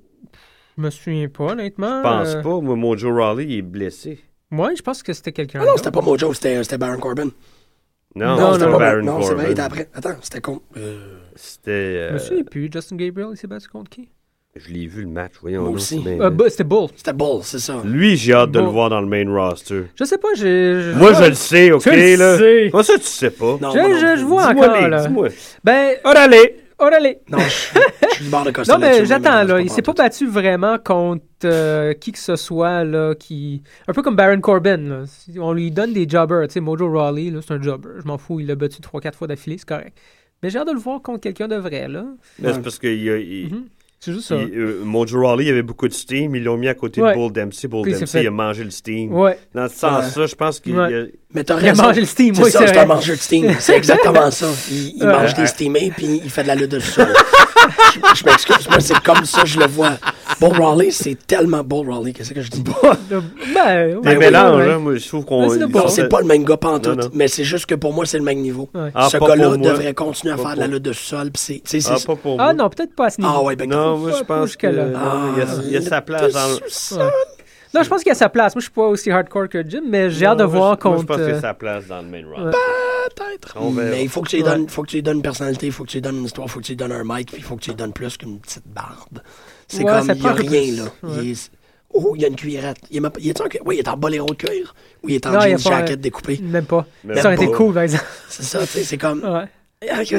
Je me souviens pas, honnêtement. Je pense Euh, pas. Moi, Mojo Rawley, il est blessé. Ouais, je pense que c'était quelqu'un Ah non, d'autre. c'était pas Mojo, c'était c'était Baron Corbin. Non, Non, c'était non, pas non. Baron Non, c'est vrai, il était Corbin. après. Attends, c'était con. Euh, C'était... Je me euh, souviens plus. Justin Gabriel, il s'est battu contre qui? Je l'ai vu le match, voyons. Moi donc, aussi. c'est bien- Euh, bah, c'était Bull. C'était Bull, c'est ça. Lui, j'ai hâte de Bon. le voir dans le main roster. Je sais pas, j'ai... je- Moi, je le sais, OK, Tu le là? sais. Comment ça, tu sais pas? Non, Je, moi non je, plus. je vois Dis-moi encore, les, là. dis-moi. Ben, orale, orale. Non, je je suis du bord de Costa Non, mais là-dessus, j'attends, c'est là. Il s'est pas pantoute. battu vraiment contre euh, qui que ce soit, là, qui... Un peu comme Baron Corbin, là. Si on lui donne des jobbers, tu sais, Mojo Rawley, là, c'est un jobber. Je m'en fous, il l'a battu trois quatre fois d'affilée, c'est correct. Mais j'ai hâte de le voir contre quelqu'un de vrai, là. Là, c'est parce que il, il, Mhm. C'est juste ça. il- euh, Mojo Rawley, il y avait beaucoup de steam. Ils l'ont mis à côté Ouais. de Bull Dempsey. Bull Puis il s'est Dempsey, fait- il a mangé le steam. Ouais. Dans ce sens-là, je pense qu'il Ouais. il a- Mais t'as Il a raison. mangé le steam, C'est oui, ça, c'est c'est vrai. un mangeur de steam. C'est exactement ça. Il, il Ouais. mange des steamés, puis il fait de la lutte de sol. je je m'excuse, moi, c'est comme ça que je le vois. Bull Rawley, c'est tellement Bull Rawley. Qu'est-ce que je dis? Ben, C'est un oui, mélange, ouais. hein. Moi, je trouve qu'on... Ouais, c'est le il- bon. Non, c'est pas le même gars pantoute, Non, non. mais c'est juste que pour moi, c'est le même niveau. Ouais. Ah, Ce pas gars-là pour moi. devrait continuer à Pas faire de la pour- lutte de sol, puis c'est... tu sais, Ah, c'est- pas pour Ah moi. non, peut-être pas à ce niveau. Ah ouais, ben Non, moi, je Pas- pas pense que... jusque-là. non, il y a, il y a sa place dans le... Sous-sol. Non, je pense qu'il y a sa place. Moi, je suis pas aussi hardcore que Jim, mais j'ai hâte de Non, moi, voir je- moi, contre... je pense qu'il y a euh, sa place dans le main roster. ouais. Peut-être. On verra. Mais il faut que tu lui Ouais. donnes, faut que tu lui donnes une personnalité, il faut que tu lui donnes une histoire, il faut que tu lui donnes un mic, puis il faut que tu lui donnes plus qu'une petite barbe. C'est Ouais, comme, ça il n'y a prend un peu rien, plus. là. Ouais. Il est- Oh, il y a une cuillerette. Il est, même pas- il est en, oui, il est en boléro de cuir ou il est en Non, il y a jeans pas, jacket euh, découpé. Même pas. Même Ça aurait été pas. cool, par exemple. C'est ça, tu sais, c'est comme... Ouais. Ah,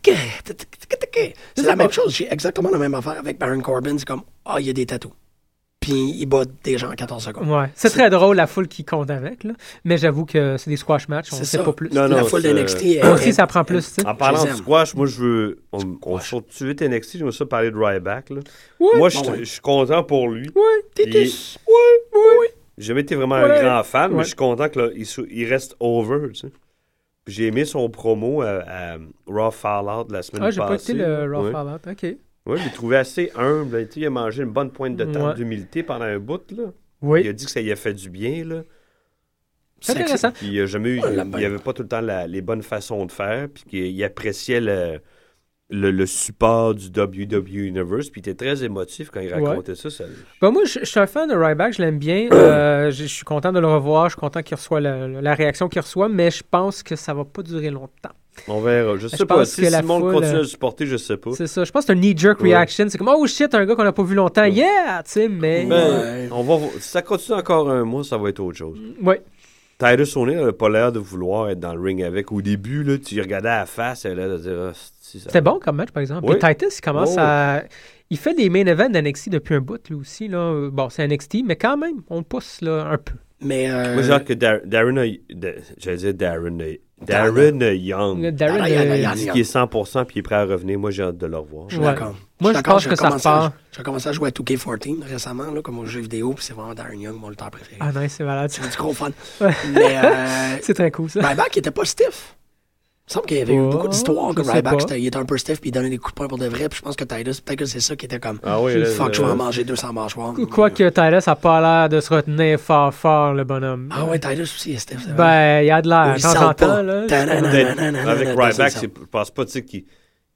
c'est la même chose. J'ai exactement la même affaire avec Baron Corbin. C'est comme, ah, il y a des tatous. Puis il bat des gens en quatorze secondes. Ouais. C'est très drôle, la foule qui compte avec, là. Mais j'avoue que c'est des squash matchs, on C'est sait ça. pas plus. Non, non, La foule c'est- d'N X T est... Aussi, ça prend plus, tu sais. En parlant Je de les aime. squash, moi, je veux... On, on saute tout de suite N X T, je veux ça parler de Ryback, là. Ouais. Moi, je Bon, ouais. je suis content pour lui. Ouais. Tétis. Ouais, ouais. J'ai jamais été vraiment Ouais. un grand fan, mais Ouais. je suis content qu'il reste over, tu sais. Puis j'ai aimé son promo à, à Raw Fallout de la semaine Ah, j'ai passée. pas écouté le Raw Ouais. Fallout. OK. Ouais, je l'ai trouvé assez humble. Tu sais, il a mangé une bonne pointe de temps Ouais. d'humilité pendant un bout, là. Oui. Il a dit que ça lui a fait du bien, là. C'est intéressant. Puis il a jamais eu... Ouais, la il bonne. avait pas tout le temps la- les bonnes façons de faire, puis qu'il appréciait le... Le, le support du W W E Universe, puis il était très émotif quand il racontait ça. ça... Ben moi, je, je suis un fan de Ryback, je l'aime bien. Euh, je, je suis content de le revoir, je suis content qu'il reçoit la, la réaction qu'il reçoit, mais je pense que ça va pas durer longtemps. On verra. Je Je sais pas. pense Si que la Simon foule, continue à euh, le supporter, je sais pas. C'est ça. Je pense que c'est un knee-jerk Ouais. reaction. C'est comme, oh shit, un gars qu'on n'a pas vu longtemps. Yeah! Tu sais, mais. Ben, Ouais. on va voir. Si ça continue encore un mois, ça va être autre chose. Ouais. Titus O'Neil n'avait pas l'air de vouloir être dans le ring avec. Au début, là, tu regardais à la face, elle a l'air de dire ah, si, ça C'était va. bon comme match, par exemple. Oui. Puis Titus, il commence Oh. à. Il fait des main events d'N X T depuis un bout, lui aussi. Là. Bon, c'est N X T, mais quand même, on le pousse là, un peu. Mais... euh, Moi, j'ai hâte que Dar- Darren, a- Da- j'allais dire Darren, a- Darren Young, Darren, Ah, euh, il y a- il dit qu'il est cent pour cent puis il est prêt à revenir. Moi, j'ai hâte de le revoir. Je suis Ouais. d'accord. Moi, suis je d'accord, pense j'ai que ça commencé à- repart. J'ai commencé à jouer à deux K quatorze récemment, là, comme au jeu vidéo, puis c'est vraiment Darren Young, mon lutteur préféré. Ah non, c'est malade. C'est du gros fun. Ouais. Mais euh, C'est très cool, ça. Ryback, il était pas stiff. Il semble qu'il y avait eu Oh, beaucoup d'histoires que je sais Ryback, pas. c'était- il était un peu stiff puis il donnait des coups de poing pour de vrai. Puis je pense que Titus, peut-être que c'est ça qui était comme Ah oui, là, fuck, je vais là, en manger deux cents mâchoires. Quoique Titus a pas l'air de se retenir fort fort, le bonhomme. Ah ouais, Titus aussi est stiff. c'est vrai. Ben, il y a de l'air. Ou il Quand sent t'entends, pas. là. Ta-na-na-na-na-na-na-na-na, Avec dans Ryback, ses c'est- je pense pas, tu sais, qu'il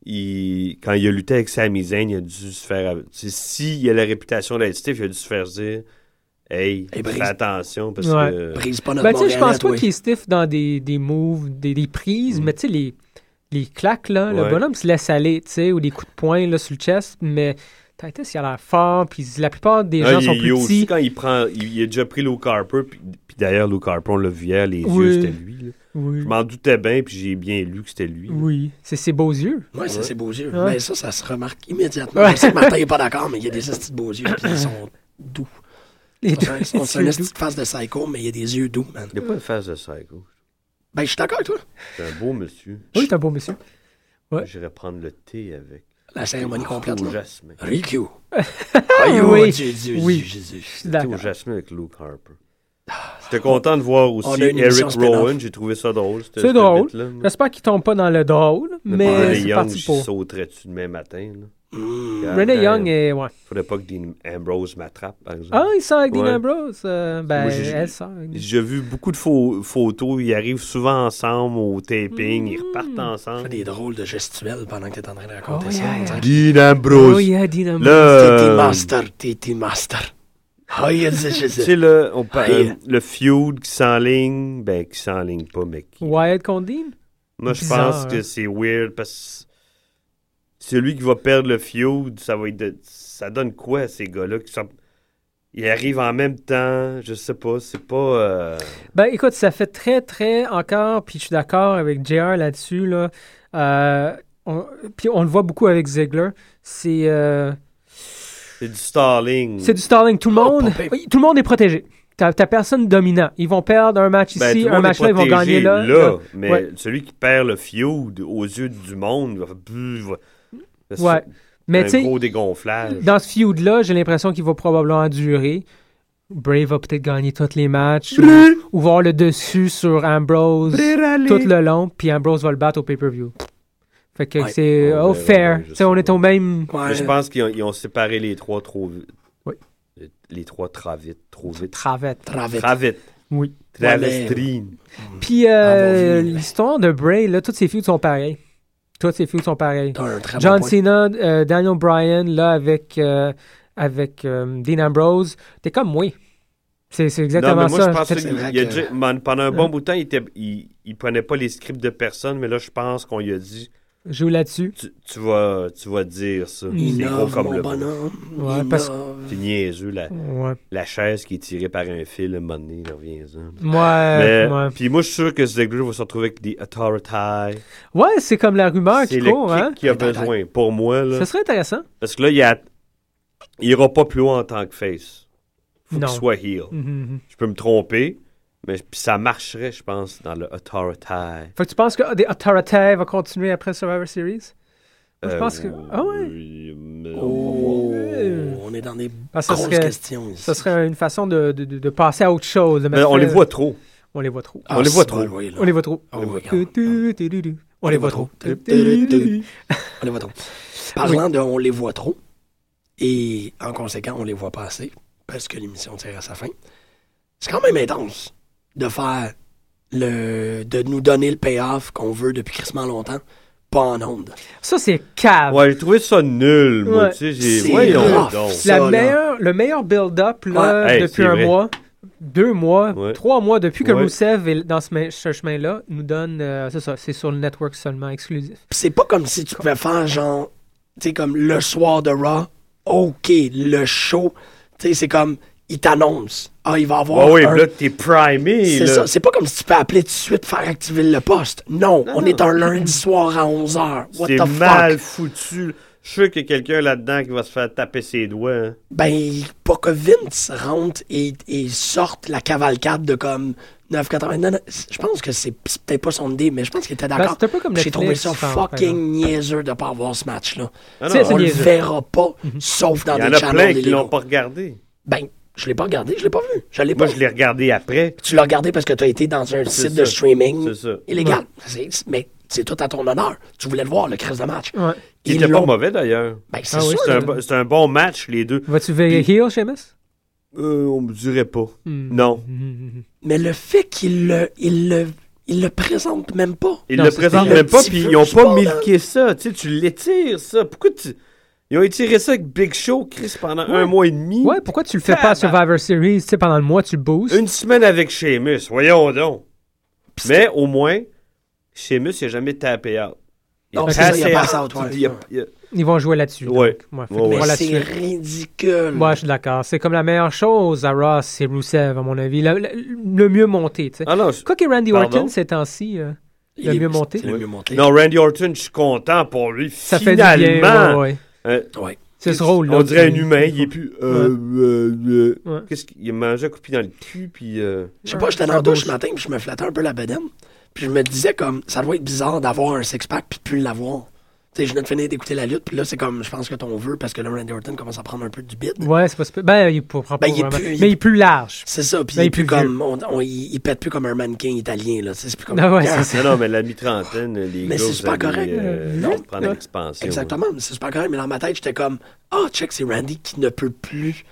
il- quand il a lutté avec Sami Zayn, il a dû se faire... tu sais, s'il a la réputation d'être stiff, il a dû se faire dire « Hey, Hey, fais brise. attention, parce Ouais. que... » Brise pas notre Ben, tu sais, je Montréalais, pense pas toi. qu'il est stiff dans des, des moves, des, des prises, mais tu sais, les, les claques, là, le Ouais. bonhomme se laisse aller, tu sais, ou des coups de poing, là, sur le chest, mais Titus, il a l'air fort, puis la plupart des Ah, gens il- sont il plus aussi, petits. quand il prend... Il, il a déjà pris Luke Harper, puis, puis d'ailleurs, Luke Harper, on l'a vu hier, les Oui. yeux, c'était lui, là. Oui. Je m'en doutais bien, puis j'ai bien lu que c'était lui. là. Oui, c'est ses beaux yeux. Ouais, c'est ses beaux yeux. Ouais. Mais ça, ça se remarque immédiatement. Ouais. Je sais que Martin n'est pas d'accord, mais il y a des petits beaux yeux, puis ils sont doux. Les deux, On les c'est yeux une doux. petite face de psycho, mais il y a des yeux doux, man. Il n'a pas une face de psycho. Ben, je suis d'accord avec toi. C'est un beau monsieur. Oui, c'est un beau monsieur. Ouais. J'irais prendre le thé avec. La cérémonie complète, Au là. jasmin. Riku. Oui, oh, Dieu, Dieu, oui. Dieu, Jésus. Je suis Thé au d'accord. jasmin avec Luke Harper. J'étais content de voir On aussi a une Eric émission spin-off. Rowan. J'ai trouvé ça drôle. cette- C'est cette drôle. bit-là. J'espère qu'il tombe pas dans le drôle, mais René c'est Young, parti j'y pour. sauterais-tu demain matin. Là. Mm. Regarde, René ben, Young est. Ouais. Faudrait pas que Dean Ambrose m'attrape, par exemple. Ah, il sort avec Dean Ouais. Ambrose. euh, ben, Moi, j'ai- elle sort. avec- J'ai vu beaucoup de pho- photos. Ils arrivent souvent ensemble au taping. Ils repartent Fais ensemble. des drôles de gestuels pendant que t'es en train de raconter Oh, ça. yeah, on yeah. dirait. Dean Ambrose. Oh, yeah, Dean Ambrose. Là, Titi euh, Master, Titi Master. Ah, il y a des tu sais, là, on parle, Hey. euh, le feud qui s'enligne, ben, qui s'enligne pas, mais qui... Wyatt contre Dean? Moi, je Bizarre, pense hein. que c'est weird parce que celui qui va perdre le feud, ça va être de- ça donne quoi à ces gars-là qui sont... Ils arrivent en même temps, je sais pas, c'est pas... euh, Ben, écoute, ça fait très, très encore, puis je suis d'accord avec J R là-dessus, là. Euh, on- puis on le voit beaucoup avec Ziggler. C'est... euh, C'est du stalling. C'est du stalling. Tout le Oh, monde, pas pire. oui, tout le monde est protégé. T'as, t'as personne dominant. Ils vont perdre un match Ben, ici, tout le un monde match est là, ils vont protégé gagner là. là, là. mais Ouais. celui qui perd le feud aux yeux du monde, va faire... va- va- Ouais. Mais un tu sais, gros dégonflage. dans ce feud-là, j'ai l'impression qu'il va probablement durer. Bray va peut-être gagner tous les matchs ou, ou voir le dessus sur Ambrose tout le long, puis Ambrose va le battre au pay-per-view. Fait que Ouais. c'est On oh, verra, fair. ouais, je Tu sais, on sais est pas. au même... Ouais. Mais je pense qu'ils ont, ils ont séparé les trois trop vite. Oui. Les, les trois trop vite, trop vite. Travette. Travette. Trop vite. Oui. Travestrine. Puis euh, Avoir vu. l'histoire de Bray, là, tous ses feuds sont pareils. Tous ses feuds sont pareils. T'as un très bon John point. Cena, euh, Daniel Bryan, là, avec, euh, avec euh, Dean Ambrose, t'es comme moi. C'est, c'est Non, exactement mais moi, ça. je pense Fait- que c'est vrai il a que- déjà- man- pendant un bon bout de temps, il, était, il, il prenait pas les scripts de personne, mais là, je pense qu'on lui a dit Joue là-dessus. tu, tu, vas, tu vas dire ça. Il C'est gros innove, comme mon le bonhomme. Ouais, Il parce- innove. C'est niaiseux, la, Ouais. la chaise qui est tirée par un fil, un moment donné, là, reviens-en. Ouais, Mais, ouais. Puis moi, je suis sûr que Ziggler va se retrouver avec des authority. Ouais, c'est comme la rumeur C'est qui le court, kick hein? qu'il a Attends, besoin, pour moi. Là. Ça serait intéressant. Parce que là, il, y a... il ira pas plus loin en tant que face. Faut Non. qu'il soit heel. Mhm. Je peux me tromper, mais puis ça marcherait, je pense, dans le authority. Fait que tu penses que The Authority va continuer après Survivor Series? Moi, je Euh, pense que... Ah ouais? oui, mais Oh, Ouais. on est dans des Parce que ça grosses serait- questions ici. Ça serait une façon de, de, de, de passer à autre chose. de Mais mettre- on les voit trop. On les voit trop. Ah, on les voit c'est trop. bon, oui, là. On les voit trop. Oh, regarde. Tu, tu, tu, tu, tu. On les voit trop. On les voit trop. Parlant de on les voit trop, et en conséquent, on les voit pas assez, parce que l'émission tire à sa fin, c'est quand même intense de faire le. de nous donner le payoff qu'on veut depuis crissement longtemps, pas en ondes. Ça, c'est cave. Ouais, j'ai trouvé ça nul, moi. Ouais. Tu sais, j'ai. C'est Voyons rough. donc. Ça, La là. meilleure, le meilleur build-up là, Ouais. Hey, depuis c'est un vrai. mois, deux mois, Ouais. trois mois, depuis que Ouais. Rusev est dans ce, me- ce chemin-là, nous donne... euh, c'est ça, c'est sur le network seulement, exclusif. C'est pas comme si tu pouvais faire genre, tu sais, comme le soir de Raw, OK, le show, tu sais, c'est comme, il t'annonce, ah, il va avoir Ouais, oui, un- là, t'es primé. C'est là. ça. C'est pas comme si tu peux appeler tout de suite faire activer le poste. Non, on est un lundi soir à onze heures. What C'est the mal fuck? foutu. Je suis sûr qu'il y a quelqu'un là-dedans qui va se faire taper ses doigts. hein. Ben, pas que Vince rentre et, et sorte la cavalcade de comme neuf quatre-vingt-dix. Je pense que c'est c'est peut-être pas son idée, mais je pense qu'il était Ben, d'accord. c'est un peu comme J'ai Netflix, trouvé ça je pense, par fucking niaiseux de pas avoir ce match-là. Ah C'est- non, c'est On le niaiseux. verra pas, sauf dans il y en des a channels plein qui illégaux. l'ont pas regardé. Ben, je l'ai pas regardé, je l'ai pas vu. Je l'ai pas Moi, je l'ai regardé après. Tu l'as regardé parce que tu as été dans un C'est site ça. de streaming C'est ça. illégal. C'est- Mais c'est tout à ton honneur. Tu voulais le voir, le crise de match. Ouais. Il était pas mauvais, d'ailleurs. Ben, c'est ah, sûr. Oui, c'est, un, c'est un bon match, les deux. Vas-tu veiller Puis, heel, Sheamus? Euh, on me dirait pas. Mm. Non. Mm. Mais le fait qu'il le, il le, il le présente même pas. Il non, le présente même pas, puis ils ont pas pas milqué ça. Tu sais, tu l'étires, ça. Pourquoi tu... Ils ont étiré ça avec Big Show, Chris, pendant ouais. un mois et demi. Ouais, pourquoi tu le fais ah, pas à Survivor Series? Tu sais, pendant le mois, tu le boostes. Une semaine avec Sheamus, voyons donc. Pis Mais au moins, Sheamus, il n'a jamais tapé out. Il non, c'est ça, il a passé out. Ouais. Il a, il a... Ils vont jouer là-dessus. Ouais. ouais, ouais, ouais. Mais c'est ridicule. Ouais, je suis d'accord. C'est comme la meilleure chose à Ross, c'est Rusev, à mon avis. Le, le, le mieux monté, tu sais. Ah non, je... Quoi que Randy Orton, ces temps-ci, euh, il le est, mieux monté. C'est le mieux monté. Non, Randy Orton, je suis content pour lui. Ça Finalement, fait du bien, ouais, ouais. Euh, ouais. C'est ce rôle-là. On dirait un humain, il est plus... Euh, ouais. euh, euh, ouais. Qu'est-ce qu'il il mangeait un coup de pied dans le cul, puis... Euh... Je sais pas, j'étais dans la douche ce matin, puis je me flattais un peu la bedaine. Puis je me disais comme, ça doit être bizarre d'avoir un six-pack, puis plus l'avoir. Tu sais, je viens de finir d'écouter la lutte, puis là, c'est comme, je pense que ton vœu, parce que là, Randy Orton commence à prendre un peu du bide. Ouais, c'est pas super. Ben, il prend pas ben, il est vraiment. plus, il... Mais il est plus large. C'est ça, puis ben, il est plus, plus comme, on, on, il, il pète plus comme un mannequin italien, là. C'est plus comme. Ah ouais, c'est ça. Non, non, mais la mi-trentaine, les mais gars, c'est super correct. Euh, non, prendre ouais. l'expansion. Exactement, ouais. C'est super correct, mais dans ma tête, j'étais comme, ah, oh, check, c'est Randy qui ne peut plus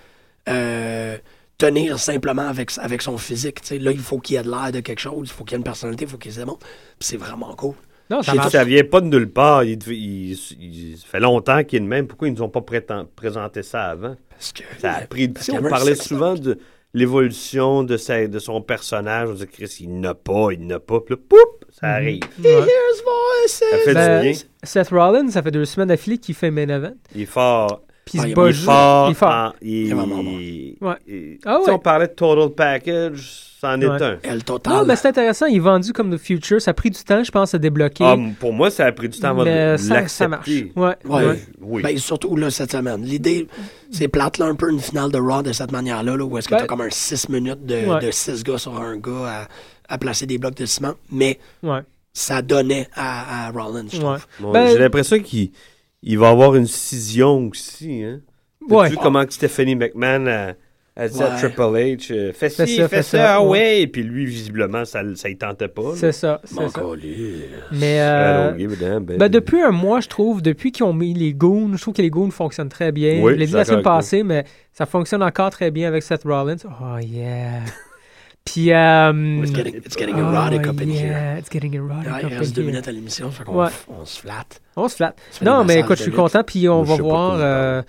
euh, tenir simplement avec, avec son physique. T'sais. Là, il faut qu'il ait de l'air de quelque chose, il faut qu'il ait une personnalité, il faut qu'il se démontre. Puis c'est vraiment cool. Non, ça, ça vient pas de nulle part. Il, il, il, il fait longtemps qu'il est de même. Pourquoi ils nous ont pas prétent, présenté ça avant? Parce que ça a pris du temps. On parlait souvent de l'évolution de, sa, de son personnage. On disait, Chris, il n'a pas, il n'a pas. Puis là, poup, ça mm-hmm. arrive. Ouais. He hears voices. Ça fait ben, du bien. Seth Rollins, ça fait deux semaines d'affilée qu'il fait main event. Il est fort. Puis il, ah, il, il est fort. Il est fort. En, il, il est vraiment bon. Ouais. Il, ah, ouais. On parlait de Total Package. C'en est ouais. un. El total. Non, mais c'est intéressant. Il est vendu comme The Future. Ça a pris du temps, je pense, à débloquer. Ah, pour moi, ça a pris du temps avant mais de ça, l'accepter. Ça marche. Ouais. ouais. ouais. Oui. Ben, surtout là, cette semaine. L'idée, c'est plate, là, un peu une finale de Raw de cette manière-là, là, où est-ce que ben, t'as comme un six minutes de, ouais. de six gars sur un gars à, à placer des blocs de ciment. Mais ouais. ça donnait à, à Rollins, je trouve. Ouais. Bon, ben, j'ai l'impression qu'il il va avoir une scission aussi. Hein? Ouais. T'as vu comment Stephanie McMahon a, a dit ouais. à Triple H euh, fais ci, fais, fais ça, ça, ouais. ouais. Et puis lui, visiblement, ça ne tentait pas. C'est ça. C'est Mon ça. Collier. Mais euh, damn, ben, depuis un mois, je trouve, depuis qu'ils ont mis les goons, je trouve que les goons fonctionnent très bien. Oui, je l'ai dit la semaine passée, mais ça fonctionne encore très bien avec Seth Rollins. Oh yeah. Puis, um, it's getting, it's getting erotic oh, up in yeah, here. It's getting erotic ah, up il reste in deux here. minutes à l'émission, fait qu'on ouais. f- on se flatte. On se flatte. Non, mais écoute, je suis content, puis on Moi, va voir. Euh,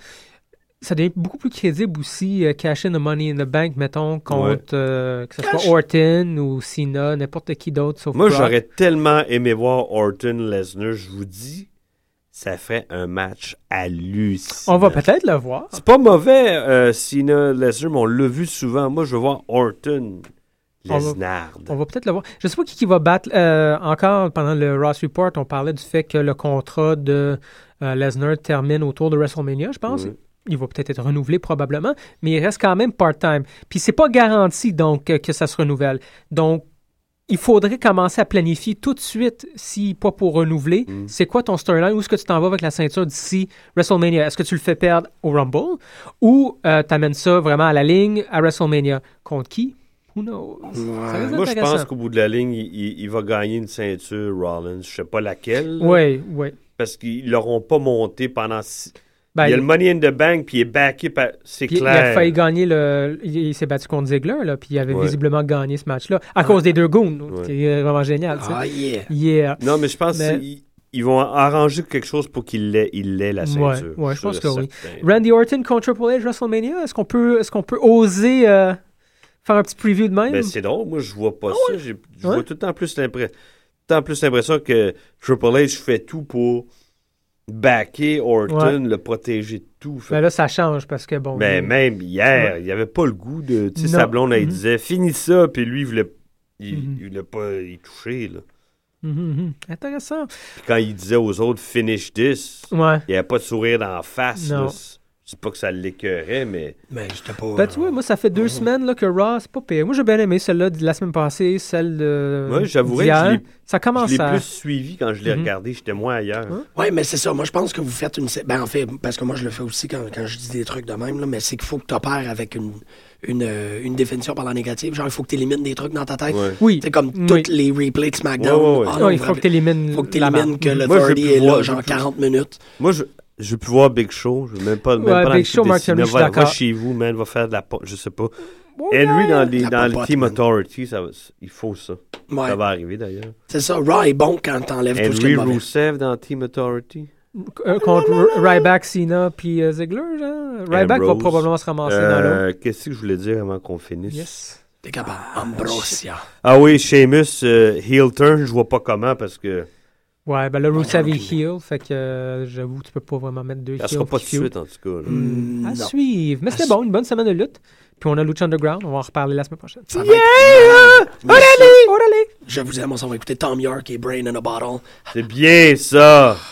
ça devient beaucoup plus crédible aussi, euh, cash in the money in the bank, mettons, contre ouais. euh, que ce cash. soit Orton ou Cena, n'importe qui d'autre sauf Moi, Brock. J'aurais tellement aimé voir Orton-Lesnar, je vous dis. Ça fait un match hallucinant. On va peut-être le voir. C'est pas mauvais, euh, Cena-Lesnar, mais on l'a vu souvent. Moi, je veux voir Orton. Lesnar. On va, va peut-être le voir. Je ne sais pas qui, qui va battre. Euh, encore, pendant le Ross Report, on parlait du fait que le contrat de euh, Lesnar termine autour de WrestleMania, je pense. Oui. Il va peut-être être renouvelé probablement, mais il reste quand même part-time. Puis c'est pas garanti donc que ça se renouvelle. Donc, il faudrait commencer à planifier tout de suite, si pas pour renouveler, mm. c'est quoi ton storyline, où est-ce que tu t'en vas avec la ceinture d'ici WrestleMania? Est-ce que tu le fais perdre au Rumble ou euh, tu amènes ça vraiment à la ligne à WrestleMania? Contre qui? Who knows? Ouais. Moi, je pense qu'au bout de la ligne, il, il, il va gagner une ceinture Rollins. Je sais pas laquelle. Oui, oui. Parce qu'ils l'auront pas monté pendant... Six... Ben, il y a il... le Money in the Bank, puis il est backé par... C'est puis clair. Il a failli gagner le... Il, il s'est battu contre Ziggler, là, puis il avait ouais. visiblement gagné ce match-là, à ah. cause des deux goons. Ouais. C'est vraiment génial, Ah, yeah. yeah. Non, mais je pense mais... qu'ils ils vont arranger quelque chose pour qu'il l'ait, il l'ait la ceinture. Oui, ouais, je pense que certain. oui. Randy Orton contre Triple H, WrestleMania, est-ce qu'on peut, est-ce qu'on peut oser... Euh... faire un petit preview de même? Ben, c'est drôle. Moi, je vois pas oh, ça. J'ai, je ouais. vois tout le temps plus l'impression, tout le temps plus l'impression que Triple H fait tout pour backer Orton, ouais. le protéger de tout. Fait. Ben là, ça change parce que bon... Ben, il... même hier, ouais. il avait pas le goût de... Tu sais, sa blonde, elle mm-hmm. disait « Finis ça », puis lui, il voulait, il, mm-hmm. il voulait pas y toucher, là. Mm-hmm. Intéressant. Puis quand il disait aux autres « Finish this ouais. », il n'y avait pas de sourire d'en face, là. C'est pas que ça l'écœurait, mais... Mais j'étais pas... Ben, tu vois, moi, ça fait deux mmh. semaines là, que Raw, c'est pas pire. Moi, j'ai bien aimé celle-là de la semaine passée, celle de... Moi, j'avouerais que je l'ai, ça commence je l'ai à... plus suivi quand je l'ai mmh. regardé. J'étais moins ailleurs. Oui, ouais, mais c'est ça. Moi, je pense que vous faites une... Ben, en fait, parce que moi, je le fais aussi quand, quand je dis des trucs de même, là, mais c'est qu'il faut que tu opères avec une... Une, une définition par la négative. Genre, il faut que tu élimines des trucs dans ta tête. Ouais. Oui. C'est comme oui. toutes les replays de SmackDown. Ouais, ouais, ouais. Oh, non, ouais, il faut que tu élimines. Il faut que tu élimines que l'Authority est là, genre quarante minutes. Moi, je. Je veux plus voir Big Show. Je veux même pas. Même ouais, pas Big Show, Mark Henry, je suis d'accord. Va chez vous, man. Va faire de la. Je sais pas. Ouais, Henry dans, les, dans le Team man. Authority, ça, il faut ça. Ouais. Ça va arriver d'ailleurs. C'est ça. Raw est bon quand t'enlèves Henry tout ce qui est mauvais. Henry Rusev dans Team Authority. Euh, contre R- Ryback, Cena puis euh, Ziggler, genre. Ryback va probablement se ramasser euh, dans l'autre. Qu'est-ce que je voulais dire avant qu'on finisse? Yes. T'es capable. Ambrosia. Ah oui, Sheamus, euh, heel turn, je vois pas comment parce que... Ouais, ben là, Rusev est heel, fait que euh, j'avoue, tu peux pas vraiment mettre deux heels. Ça sera pas tout de suite, en tout cas. Mm, à non. suivre. Mais c'était bon, une bonne semaine de lutte. Puis on a Lucha Underground, on va en reparler la semaine prochaine. Ça yeah! Orale! Orale! Je vous aime, on s'en va écouter Tom York et Brain in a Bottle. C'est bien ça!